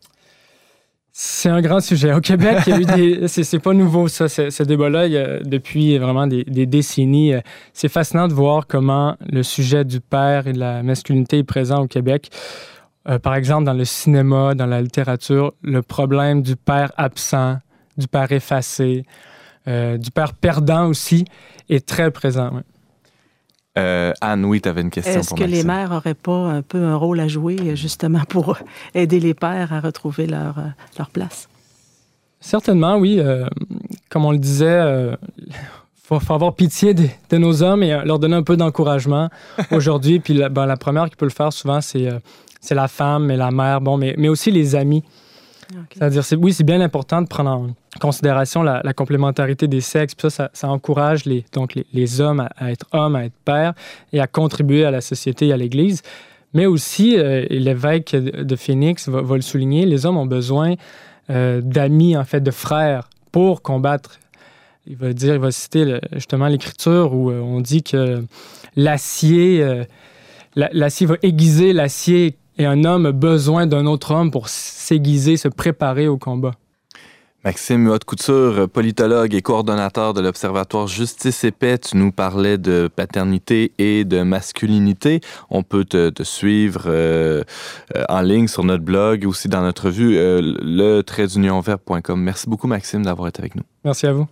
C'est un grand sujet. Au Québec, il y a eu des... c'est, c'est pas nouveau, ça, ce, ce débat-là. Il y a, depuis vraiment des, des décennies, c'est fascinant de voir comment le sujet du père et de la masculinité est présent au Québec. Euh, par exemple, dans le cinéma, dans la littérature, le problème du père absent, du père effacé, Euh, du père perdant aussi, est très présent. Ouais.
Euh, Anne, oui, tu avais une question
Est-ce
pour
que
Maxime.
les mères n'auraient pas un peu un rôle à jouer, justement, pour aider les pères à retrouver leur, leur place?
Certainement, oui. Euh, comme on le disait, il euh, faut, faut avoir pitié de, de nos hommes et leur donner un peu d'encouragement aujourd'hui. Puis la, ben, la première qui peut le faire souvent, c'est, euh, c'est la femme et la mère, bon, mais, mais aussi les amis. Okay. C'est-à-dire, c'est, oui, c'est bien important de prendre en considération la, la complémentarité des sexes. Puis ça, ça, ça encourage les, donc les, les hommes à, à être hommes, à être pères et à contribuer à la société et à l'Église. Mais aussi, euh, l'évêque de Phoenix va, va le souligner, les hommes ont besoin euh, d'amis, en fait, de frères pour combattre. Il va dire, il va citer le, justement l'Écriture où euh, on dit que l'acier, euh, la, l'acier va aiguiser l'acier et un homme a besoin d'un autre homme pour s'aiguiser, se préparer au combat.
Maxime Huot-Couture, politologue et coordonnateur de l'Observatoire Justice et Paix, tu nous parlais de paternité et de masculinité. On peut te, te suivre euh, euh, en ligne sur notre blog, aussi dans notre revue, euh, le trait d'union verbe point com. Merci beaucoup, Maxime, d'avoir été avec nous.
Merci à vous.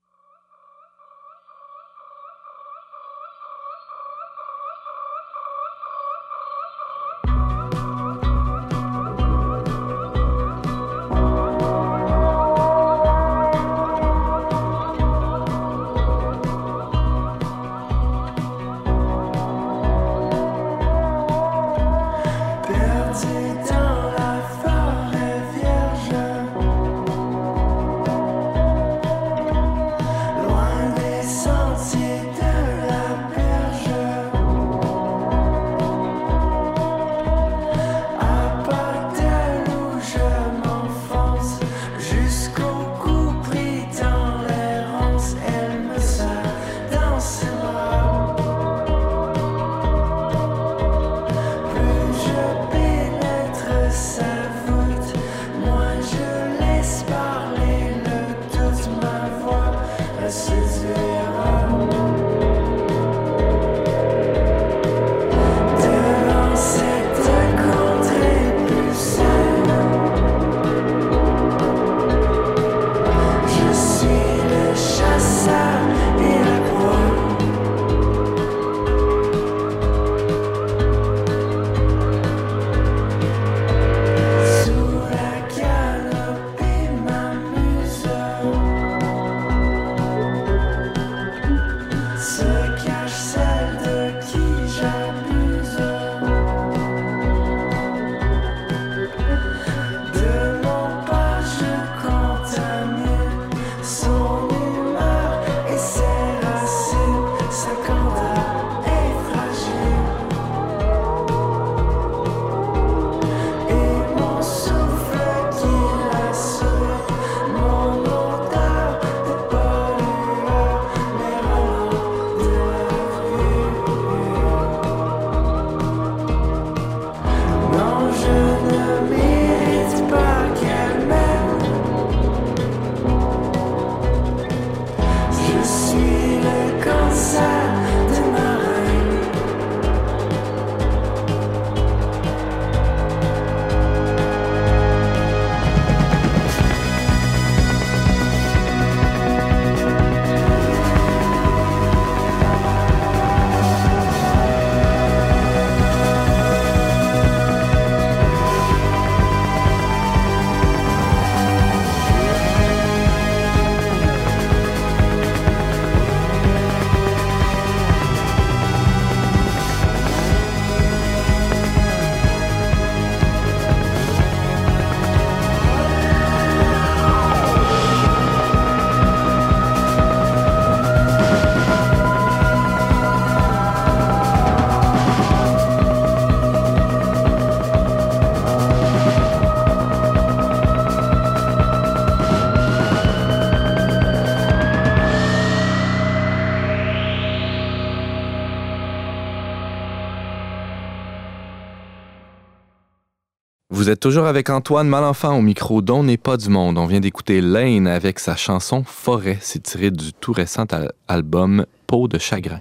Vous êtes toujours avec Antoine Malenfant au micro d'On n'est pas du monde. On vient d'écouter Lane avec sa chanson Forêt. C'est tiré du tout récent al- album Peau de chagrin.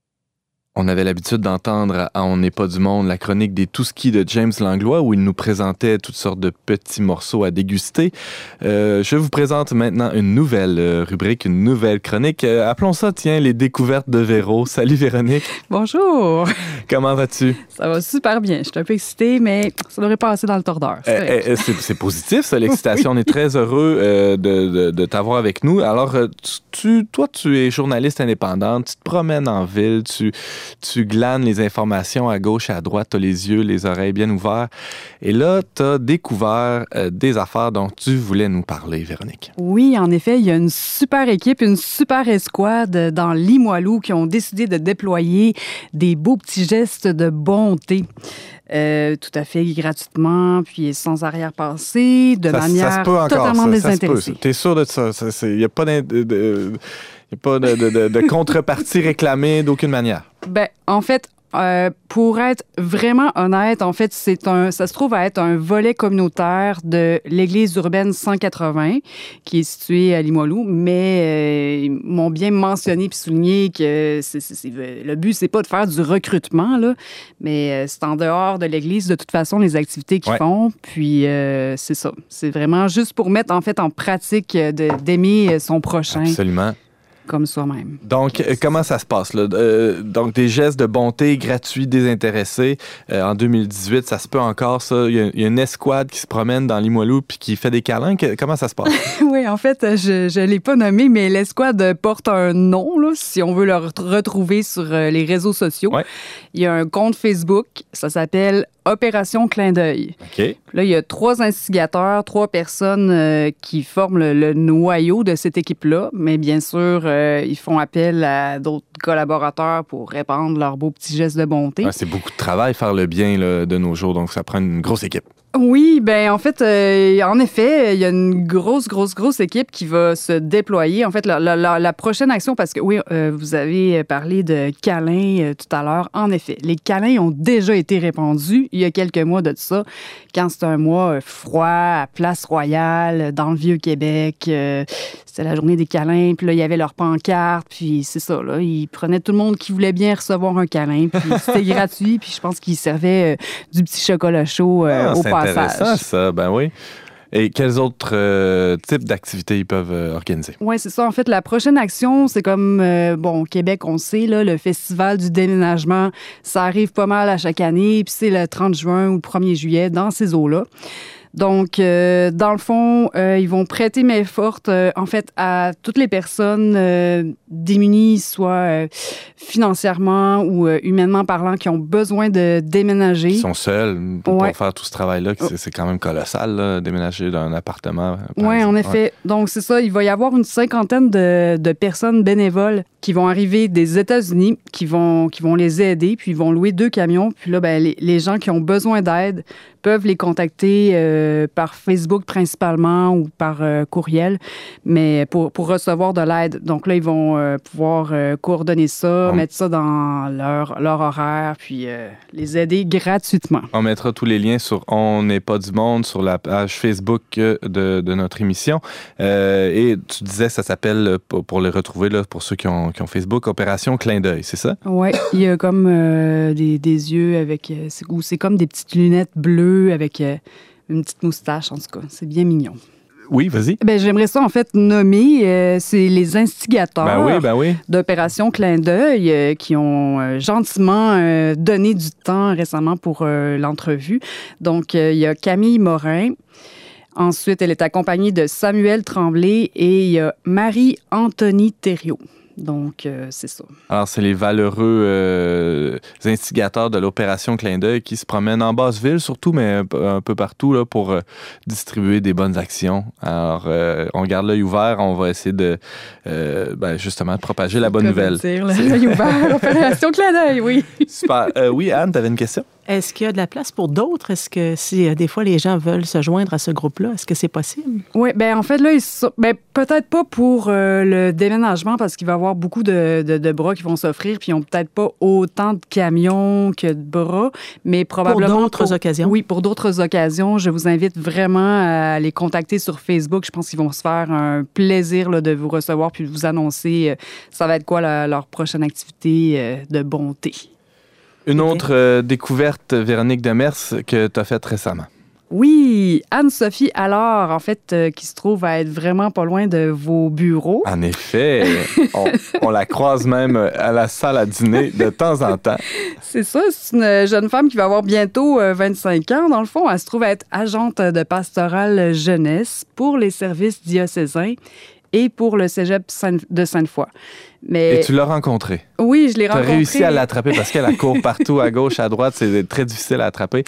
On avait l'habitude d'entendre à On n'est pas du monde la chronique des Tout-Ski de James Langlois où il nous présentait toutes sortes de petits morceaux à déguster. Euh, je vous présente maintenant une nouvelle euh, rubrique, une nouvelle chronique. Euh, appelons ça, tiens, les découvertes de Véro. Salut Véronique.
Bonjour.
Comment vas-tu? Ça
va super bien. Je suis un peu excitée, mais ça devrait passer dans le tordeur.
C'est, euh, c'est, c'est positif, ça, l'excitation. Oui. On est très heureux euh, de, de, de t'avoir avec nous. Alors, tu, toi, tu es journaliste indépendante, tu te promènes en ville, tu... tu glanes les informations à gauche et à droite, tu as les yeux, les oreilles bien ouverts. Et là, tu as découvert euh, des affaires dont tu voulais nous parler, Véronique.
Oui, en effet, il y a une super équipe, une super escouade dans Limoilou qui ont décidé de déployer des beaux petits gestes de bonté. Euh, tout à fait gratuitement, puis sans arrière-pensée, de
ça,
manière
ça se peut encore,
totalement
ça,
désintéressée.
Tu es sûr de ça? Il n'y a pas de, de, de, y a pas de, de, de, de contrepartie réclamée d'aucune manière?
Ben, en fait, Euh, pour être vraiment honnête, en fait, c'est un, ça se trouve à être un volet communautaire de l'église urbaine cent quatre-vingts, qui est située à Limoilou, mais euh, ils m'ont bien mentionné puis souligné que c'est, c'est, c'est, le but, c'est pas de faire du recrutement, là, mais euh, c'est en dehors de l'église, de toute façon, les activités qu'ils ouais. font, puis euh, c'est ça. C'est vraiment juste pour mettre, en fait, en pratique de, d'aimer son prochain.
Absolument.
Comme soi-même.
Donc, euh, comment ça se passe, là? Euh, donc, des gestes de bonté gratuits, désintéressés. Euh, en deux mille dix-huit, ça se peut encore, ça. Il y a, il y a une escouade qui se promène dans Limoilou puis qui fait des câlins. Que, comment ça se passe?
Oui, en fait, je ne l'ai pas nommé, mais l'escouade porte un nom, là, si on veut le retrouver sur les réseaux sociaux. Ouais. Il y a un compte Facebook, ça s'appelle Opération Clin d'œil.
OK.
Là, il y a trois instigateurs, trois personnes euh, qui forment le, le noyau de cette équipe-là, mais bien sûr, euh, ils font appel à d'autres collaborateurs pour répandre leurs beaux petits gestes de bonté.
Ouais, c'est beaucoup de travail faire le bien là, de nos jours, donc ça prend une grosse équipe.
Oui, ben en fait, euh, en effet, il y a une grosse, grosse, grosse équipe qui va se déployer. En fait, la, la, la prochaine action, parce que oui, euh, vous avez parlé de câlins euh, tout à l'heure. En effet, les câlins ont déjà été répandus il y a quelques mois de ça, quand c'était un mois euh, froid à Place Royale, dans le Vieux-Québec. Euh, c'était la journée des câlins, puis là, il y avait leur pancarte, puis c'est ça, là, ils prenaient tout le monde qui voulait bien recevoir un câlin, puis c'était gratuit, puis je pense qu'ils servaient euh, du petit chocolat chaud euh, ah, au passage.
C'est intéressant, ça, ben oui. Et quels autres euh, types d'activités ils peuvent euh, organiser?
Oui, c'est ça. En fait, la prochaine action, c'est comme, euh, bon, au Québec, on sait, là, le Festival du déménagement, ça arrive pas mal à chaque année, puis c'est le trente juin ou le premier juillet, dans ces eaux-là. Donc, euh, dans le fond, euh, ils vont prêter main forte, euh, en fait, à toutes les personnes euh, démunies, soit euh, financièrement ou euh, humainement parlant, qui ont besoin de déménager.
Qui sont seuls pour ouais. faire tout ce travail-là. C'est, c'est quand même colossal, là, déménager d'un appartement.
Oui, en effet. Ouais. Donc, c'est ça. Il va y avoir une cinquantaine de, de personnes bénévoles qui vont arriver des États-Unis, qui vont, qui vont les aider, puis ils vont louer deux camions. Puis là, ben, les, les gens qui ont besoin d'aide peuvent les contacter euh, par Facebook principalement ou par euh, courriel, mais pour, pour recevoir de l'aide. Donc là, ils vont euh, pouvoir euh, coordonner ça, on... mettre ça dans leur, leur horaire, puis euh, les aider gratuitement.
On mettra tous les liens sur On n'est pas du monde, sur la page Facebook de, de notre émission. Euh, et tu disais, ça s'appelle, pour les retrouver, là, pour ceux qui ont, qui ont Facebook, Opération Clin d'œil, c'est ça?
Oui, il y a comme euh, des, des yeux avec... Euh, c'est, ou c'est comme des petites lunettes bleues avec euh, une petite moustache, en tout cas. C'est bien mignon.
Oui, vas-y.
Ben, j'aimerais ça, en fait, nommer, euh, c'est les instigateurs
ben oui, ben oui.
d'Opération Clin d'œil euh, qui ont euh, gentiment euh, donné du temps récemment pour euh, l'entrevue. Donc, euh, il y a Camille Morin. Ensuite, elle est accompagnée de Samuel Tremblay et il y a Marie-Antonie Thériault. Donc, euh, c'est ça.
Alors, c'est les valeureux euh, instigateurs de l'Opération Clin d'œil qui se promènent en Basse-Ville, surtout, mais un peu partout, là, pour euh, distribuer des bonnes actions. Alors, euh, on garde l'œil ouvert, on va essayer de, euh, ben, justement, de propager la bonne
Comme
nouvelle.
Dire, l'œil ouvert, Opération Clin d'œil, oui.
Super. Euh, oui, Anne, tu avais une question?
Est-ce qu'il y a de la place pour d'autres? Est-ce que si euh, des fois les gens veulent se joindre à ce groupe-là, est-ce que c'est possible?
Oui, bien en fait, là, ils sont, ben, peut-être pas pour euh, le déménagement parce qu'il va y avoir beaucoup de, de, de bras qui vont s'offrir, puis ils n'ont peut-être pas autant de camions que de bras, mais probablement...
Pour d'autres
pour,
occasions?
Oui, pour d'autres occasions. Je vous invite vraiment à les contacter sur Facebook. Je pense qu'ils vont se faire un plaisir là, de vous recevoir puis de vous annoncer euh, ça va être quoi la, leur prochaine activité euh, de bonté.
Une autre euh, découverte, Véronique Demers, que tu as faite récemment.
Oui, Anne-Sophie Allard, en fait, euh, qui se trouve à être vraiment pas loin de vos bureaux.
En effet, on, on la croise même à la salle à dîner de temps en temps.
C'est ça, c'est une jeune femme qui va avoir bientôt euh, vingt-cinq ans. Dans le fond, elle se trouve à être agente de pastorale jeunesse pour les services diocésains. et pour le cégep de Sainte-Foy. Mais...
Et tu l'as rencontrée?
Oui, je l'ai rencontrée.
Tu as réussi à l'attraper parce qu'elle court partout, à gauche, à droite. C'est très difficile à attraper.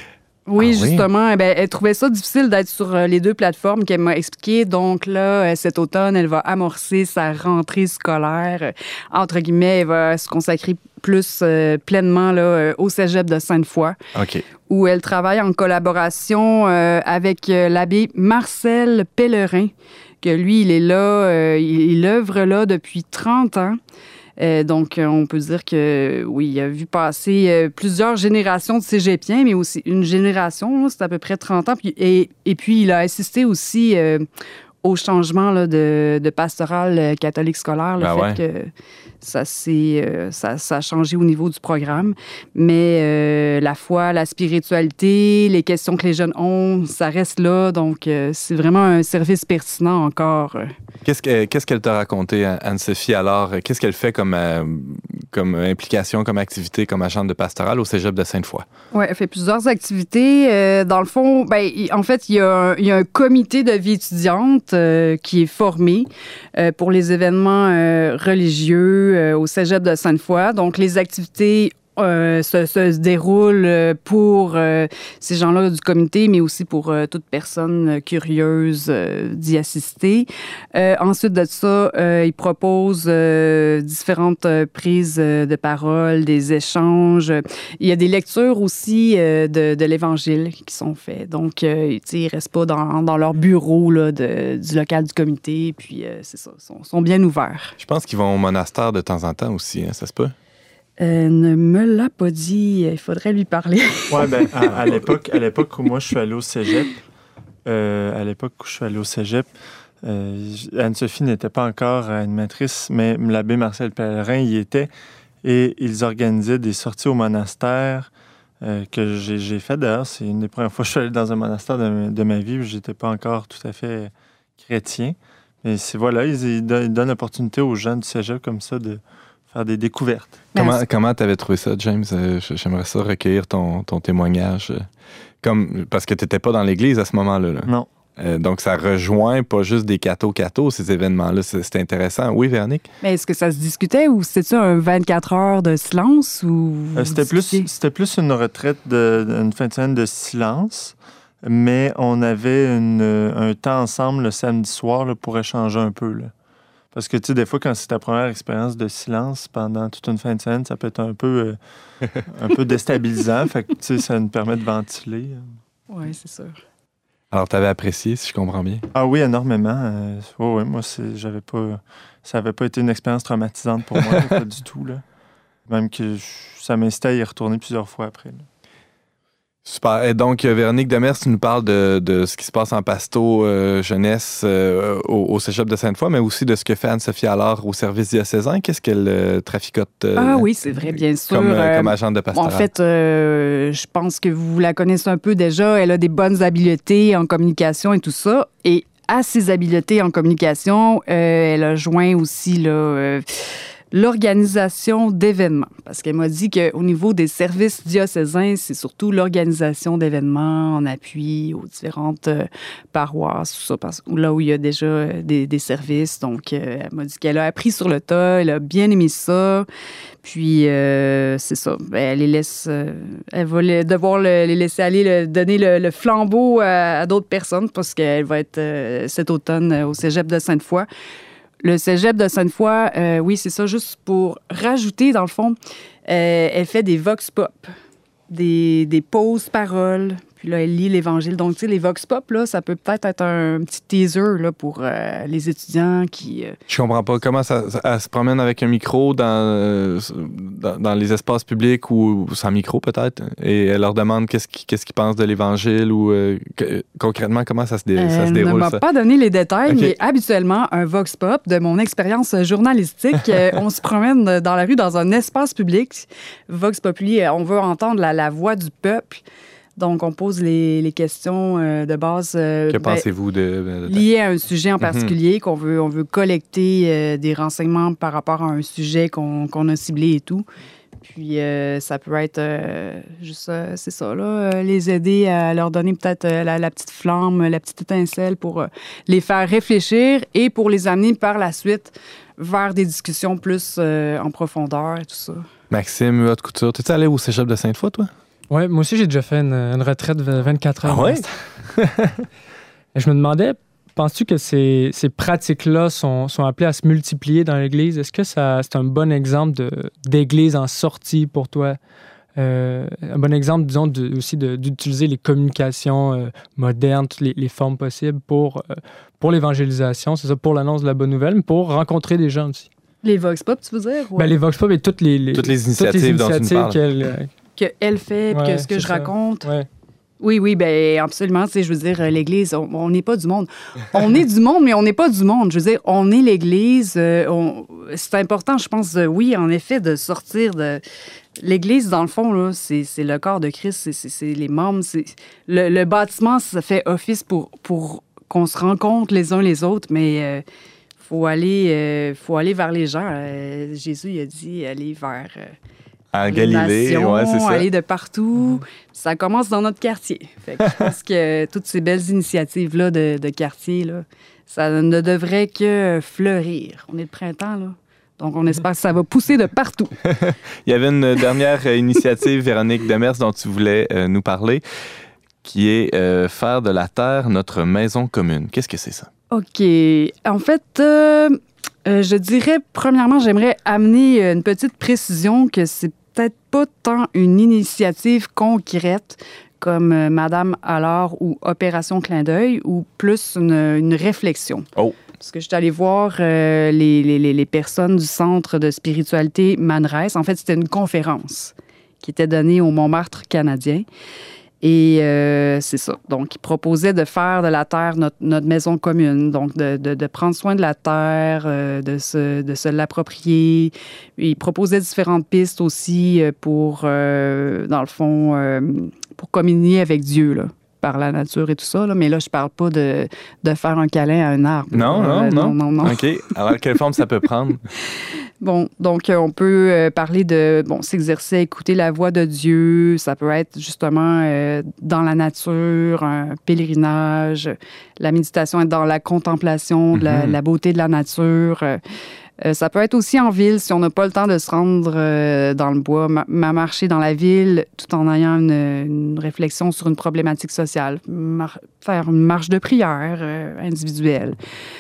Oui,
ah,
justement. Oui. Eh bien, elle trouvait ça difficile d'être sur les deux plateformes qu'elle m'a expliqué. Donc là, cet automne, elle va amorcer sa rentrée scolaire. Entre guillemets, elle va se consacrer plus euh, pleinement là, au cégep de Sainte-Foy,
OK.
où elle travaille en collaboration euh, avec euh, l'abbé Marcel Pellerin, que lui, il est là, euh, il, il œuvre là depuis trente ans. Euh, donc, on peut dire que, oui, il a vu passer euh, plusieurs générations de cégepiens, mais aussi une génération, là, c'est à peu près trente ans. Puis, et, et puis, il a assisté aussi euh, au changement là, de, de pastoral catholique scolaire, le
ben
fait
ouais.
que ça, c'est, euh, ça, ça a changé au niveau du programme. Mais euh, la foi, la spiritualité, les questions que les jeunes ont, ça reste là. Donc, euh, c'est vraiment un service pertinent encore.
Qu'est-ce, que, qu'est-ce qu'elle t'a raconté, Anne-Sophie, alors? Qu'est-ce qu'elle fait comme, euh, comme implication, comme activité, comme agente de pastoral au cégep de Sainte-Foy?
Oui, elle fait plusieurs activités. Euh, dans le fond, ben, en fait, il y, a un, il y a un comité de vie étudiante euh, qui est formé euh, pour les événements euh, religieux euh, au cégep de Sainte-Foy. Donc, les activités Euh, se, se déroule pour euh, ces gens-là du comité, mais aussi pour euh, toute personne curieuse euh, d'y assister. Euh, ensuite de ça, euh, il propose euh, différentes prises de parole, des échanges. Il y a des lectures aussi euh, de, de l'Évangile qui sont faites. Donc, euh, ils ne restent pas dans, dans leur bureau là, de, du local du comité. Puis, euh, c'est ça, ils sont, sont bien ouverts.
Je pense qu'ils vont au monastère de temps en temps aussi, hein, ça se peut?
Euh, ne me l'a pas dit. Il faudrait lui parler.
Oui, bien, à, à, l'époque, à l'époque où moi, je suis allé au cégep, euh, à l'époque où je suis allé au cégep, euh, Anne-Sophie n'était pas encore animatrice, mais l'abbé Marcel Pellerin y était. Et ils organisaient des sorties au monastère euh, que j'ai, j'ai fait. D'ailleurs, c'est une des premières fois que je suis allé dans un monastère de, de ma vie où je n'étais pas encore tout à fait chrétien. Mais c'est, voilà, ils, ils donnent l'opportunité aux jeunes du cégep comme ça de faire des découvertes.
Comment comment t'avais trouvé ça, James? Euh, j'aimerais ça recueillir ton, ton témoignage. Euh, comme, parce que t'étais pas dans l'église à ce moment-là. Là.
Non.
Euh, donc, ça rejoint pas juste des cathos-cathos, ces événements-là. C'est, c'est intéressant. Oui, Véronique?
Mais est-ce que ça se discutait ou c'était-tu un vingt-quatre heures de silence? Ou
euh, c'était, plus, c'était plus une retraite, de, une fin de semaine de silence, mais on avait une, un temps ensemble le samedi soir là, pour échanger un peu, là. Parce que, tu sais, des fois, quand c'est ta première expérience de silence pendant toute une fin de semaine, ça peut être un peu, euh, un peu déstabilisant. Fait que, tu sais, ça nous permet de ventiler.
Oui, c'est sûr.
Alors, tu avais apprécié, si je comprends bien? Ah
oui, énormément. Euh, oui, oui, moi, c'est, j'avais pas, ça n'avait pas été une expérience traumatisante pour moi, pas du tout, là. Même que je, ça m'incitait à y retourner plusieurs fois après, là.
Super. Et donc, Véronique Demers, tu nous parles de, de ce qui se passe en pasto euh, jeunesse euh, au, au cégep de Sainte-Foy, mais aussi de ce que fait Anne-Sophie Allard au service diocésain. Qu'est-ce qu'elle euh, traficote? Euh,
ah oui, c'est vrai, bien sûr.
Comme, euh, comme
euh,
agente de pastoral.
En fait, euh, je pense que vous la connaissez un peu déjà. Elle a des bonnes habiletés en communication et tout ça. Et à ses habiletés en communication, euh, elle a joint aussi là, euh, l'organisation d'événements. Parce qu'elle m'a dit qu'au niveau des services diocésains, c'est surtout l'organisation d'événements en appui aux différentes euh, paroisses, tout ça, parce, là où il y a déjà euh, des, des services. Donc, euh, elle m'a dit qu'elle a appris sur le tas, elle a bien aimé ça. Puis, euh, c'est ça. Elle les laisse... Euh, elle va les, devoir le, les laisser aller, le, donner le, le flambeau à, à d'autres personnes parce qu'elle va être euh, cet automne euh, au cégep de Sainte-Foy. Le cégep de Sainte-Foy, euh, oui, c'est ça, juste pour rajouter, dans le fond, euh, elle fait des vox pop, des, des pauses paroles, puis là, elle lit l'Évangile. Donc, tu sais, les vox pop, là, ça peut peut-être être un petit teaser là, pour euh, les étudiants qui... Euh...
Je comprends pas. Comment ça, ça elle se promène avec un micro dans, euh, dans, dans les espaces publics ou sans micro, peut-être, et elle leur demande qu'est-ce qu'ils, qu'est-ce qu'ils pensent de l'Évangile ou euh, que, concrètement, comment ça se, dé, ça se déroule?
Elle ne m'a
ça?
pas donné les détails,
okay.
Mais habituellement, un vox pop, de mon expérience journalistique, euh, on se promène dans la rue, dans un espace public. Vox populi, on veut entendre la, la voix du peuple. Donc, on pose les, les questions euh, de base. Euh,
que
ben,
pensez-vous de, de...
liées à un sujet en particulier,
mm-hmm.
qu'on veut, on veut collecter euh, des renseignements par rapport à un sujet qu'on, qu'on a ciblé et tout. Puis euh, ça peut être euh, juste, euh, c'est ça, là, euh, les aider à leur donner peut-être euh, la, la petite flamme, la petite étincelle pour euh, les faire réfléchir et pour les amener par la suite vers des discussions plus euh, en profondeur et tout ça.
Maxime, Haute Couture, t'es-tu allé au cégep de Sainte-Foy, toi?
Oui, moi aussi, j'ai déjà fait une, une retraite de vingt-quatre heures.
Ah ouais?
Je me demandais, penses-tu que ces, ces pratiques-là sont, sont appelées à se multiplier dans l'Église? Est-ce que ça, c'est un bon exemple de, d'Église en sortie pour toi? Euh, un bon exemple, disons, de, aussi de, d'utiliser les communications euh, modernes, toutes les, les formes possibles pour, euh, pour l'évangélisation, c'est ça, pour l'annonce de la bonne nouvelle, mais pour rencontrer des gens aussi.
Les Vox Pop, tu veux dire?
Ouais. Ben, les Vox Pop et toutes les, les,
toutes les initiatives,
toutes les initiatives
dont tu me parles.
qu'elle... Euh,
qu'elle fait, puis
ouais,
que ce que je
ça.
raconte.
Ouais.
Oui, oui, bien, absolument. Tu sais, je veux dire, l'Église, on n'est pas du monde. On est du monde, mais on n'est pas du monde. Je veux dire, on est l'Église. Euh, on... C'est important, je pense, euh, oui, en effet, de sortir de... L'Église, dans le fond, là, c'est, c'est le corps de Christ, c'est, c'est, c'est les membres. C'est... Le, le bâtiment, ça fait office pour, pour qu'on se rencontre les uns les autres, mais il euh, faut, aller, euh, faut aller vers les gens. Euh, Jésus, il a dit, aller vers... Euh,
En Galilée, ouais, c'est ça.
Aller de partout. Mm-hmm. Ça commence dans notre quartier. Fait que je pense que toutes ces belles initiatives-là de, de quartier, là, ça ne devrait que fleurir. On est le printemps, là. Donc, on espère que ça va pousser de partout.
Il y avait une dernière initiative, Véronique Demers, dont tu voulais euh, nous parler, qui est euh, faire de la terre notre maison commune. Qu'est-ce que c'est ça? OK.
En fait... Euh, euh, je dirais, premièrement, j'aimerais amener une petite précision que c'est peut-être pas tant une initiative concrète comme euh, Madame Allard ou Opération Clin d'œil, ou plus une, une réflexion.
Oh.
Parce que je suis allée voir euh, les, les, les personnes du Centre de spiritualité Manresse. En fait, c'était une conférence qui était donnée au Montmartre canadien. Et euh, c'est ça. Donc, il proposait de faire de la terre notre, notre maison commune, donc de, de, de prendre soin de la terre, euh, de, se, de se l'approprier. Il proposait différentes pistes aussi pour, euh, dans le fond, euh, pour communier avec Dieu, là, par la nature et tout ça. Là. Mais là, je parle pas de, de faire un câlin à un arbre.
Non, non,
euh,
non,
non, non, non.
OK. Alors, quelle forme ça peut prendre?
Bon, donc on peut euh, parler de, bon, s'exercer à écouter la voix de Dieu. Ça peut être justement euh, dans la nature, un pèlerinage. La méditation est dans la contemplation de la, mm-hmm. la beauté de la nature. Euh, ça peut être aussi en ville, si on n'a pas le temps de se rendre euh, dans le bois, ma- marcher dans la ville tout en ayant une, une réflexion sur une problématique sociale. Mar- faire une marche de prière euh, individuelle.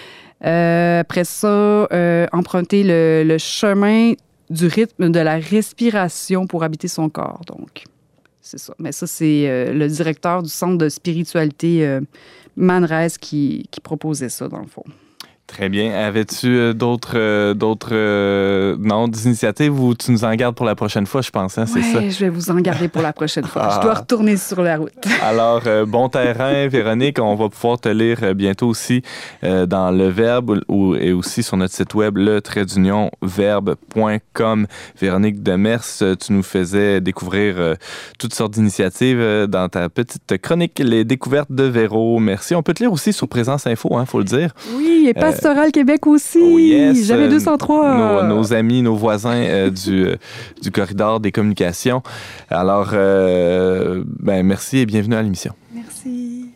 Euh, après ça, euh, emprunter le, le chemin du rythme de la respiration pour habiter son corps. Donc, c'est ça. Mais ça, c'est euh, le directeur du Centre de spiritualité euh, Manresse qui, qui proposait ça, dans le fond.
Très bien. Avais-tu euh, d'autres, euh, d'autres euh, non, d'initiatives ou tu nous en gardes pour la prochaine fois, je pense, hein, c'est ça?
Oui, je vais vous en garder pour la prochaine fois. Ah. Je dois retourner sur la route.
Alors, euh, bon terrain, Véronique. On va pouvoir te lire bientôt aussi euh, dans Le Verbe ou, et aussi sur notre site web, le trait d'union verbe point com. Véronique Demers, tu nous faisais découvrir euh, toutes sortes d'initiatives euh, dans ta petite chronique, Les découvertes de Véro. Merci. On peut te lire aussi sur Présence Info, il hein, faut le dire.
Oui, et pas Pastoral Québec aussi.
Oh yes,
J'avais deux cent trois.
Nos, nos amis, nos voisins euh, du, euh, du corridor des communications. Alors, euh, ben, merci et bienvenue à l'émission.
Merci.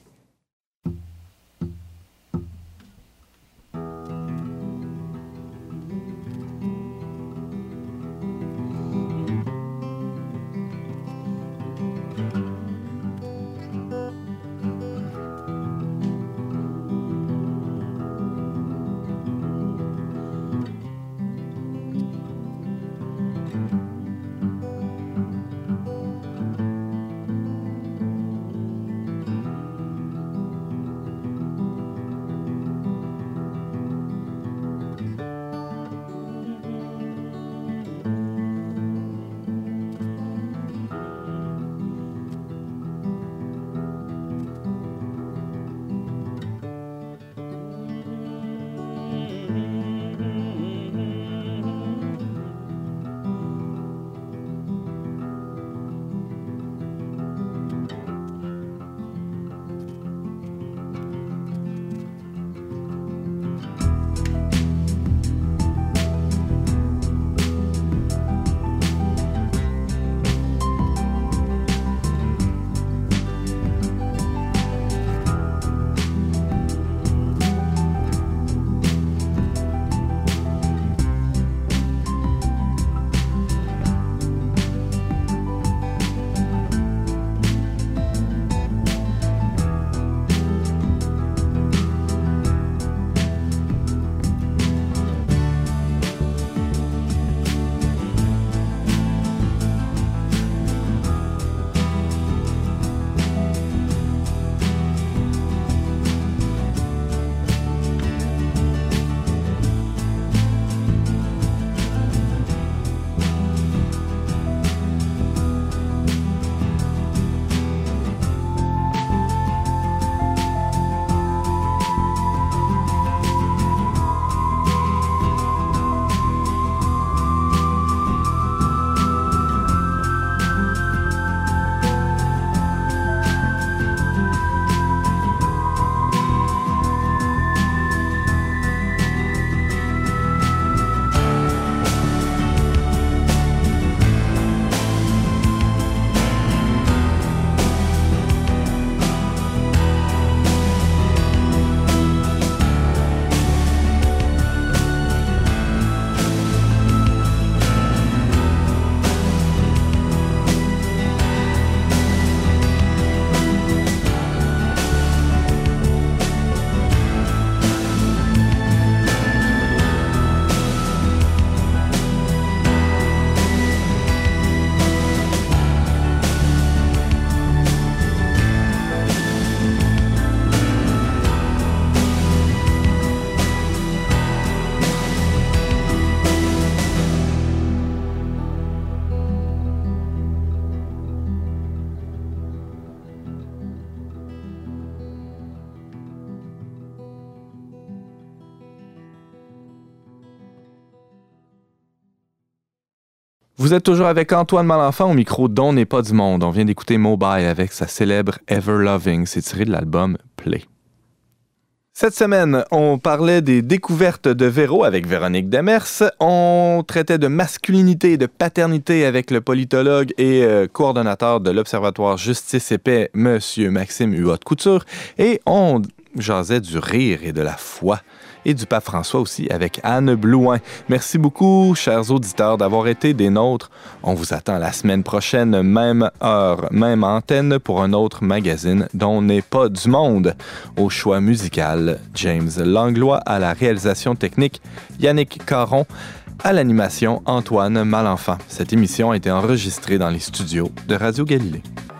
Vous êtes toujours avec Antoine Malenfant au micro d'On n'est pas du monde. On vient d'écouter Mobile avec sa célèbre Ever Loving. C'est tiré de l'album Play. Cette semaine, on parlait des découvertes de Véro avec Véronique Demers. On traitait de masculinité et de paternité avec le politologue et euh, coordonnateur de l'Observatoire Justice et Paix, M. Maxime Huot-Couture. Et on jasait du rire et de la foi. Et du pape François aussi avec Anne Blouin. Merci beaucoup, chers auditeurs, d'avoir été des nôtres. On vous attend la semaine prochaine, même heure, même antenne, pour un autre magazine dont n'est pas du monde. Au choix musical, James Langlois, à la réalisation technique, Yannick Caron, à l'animation, Antoine Malenfant. Cette émission a été enregistrée dans les studios de Radio Galilée.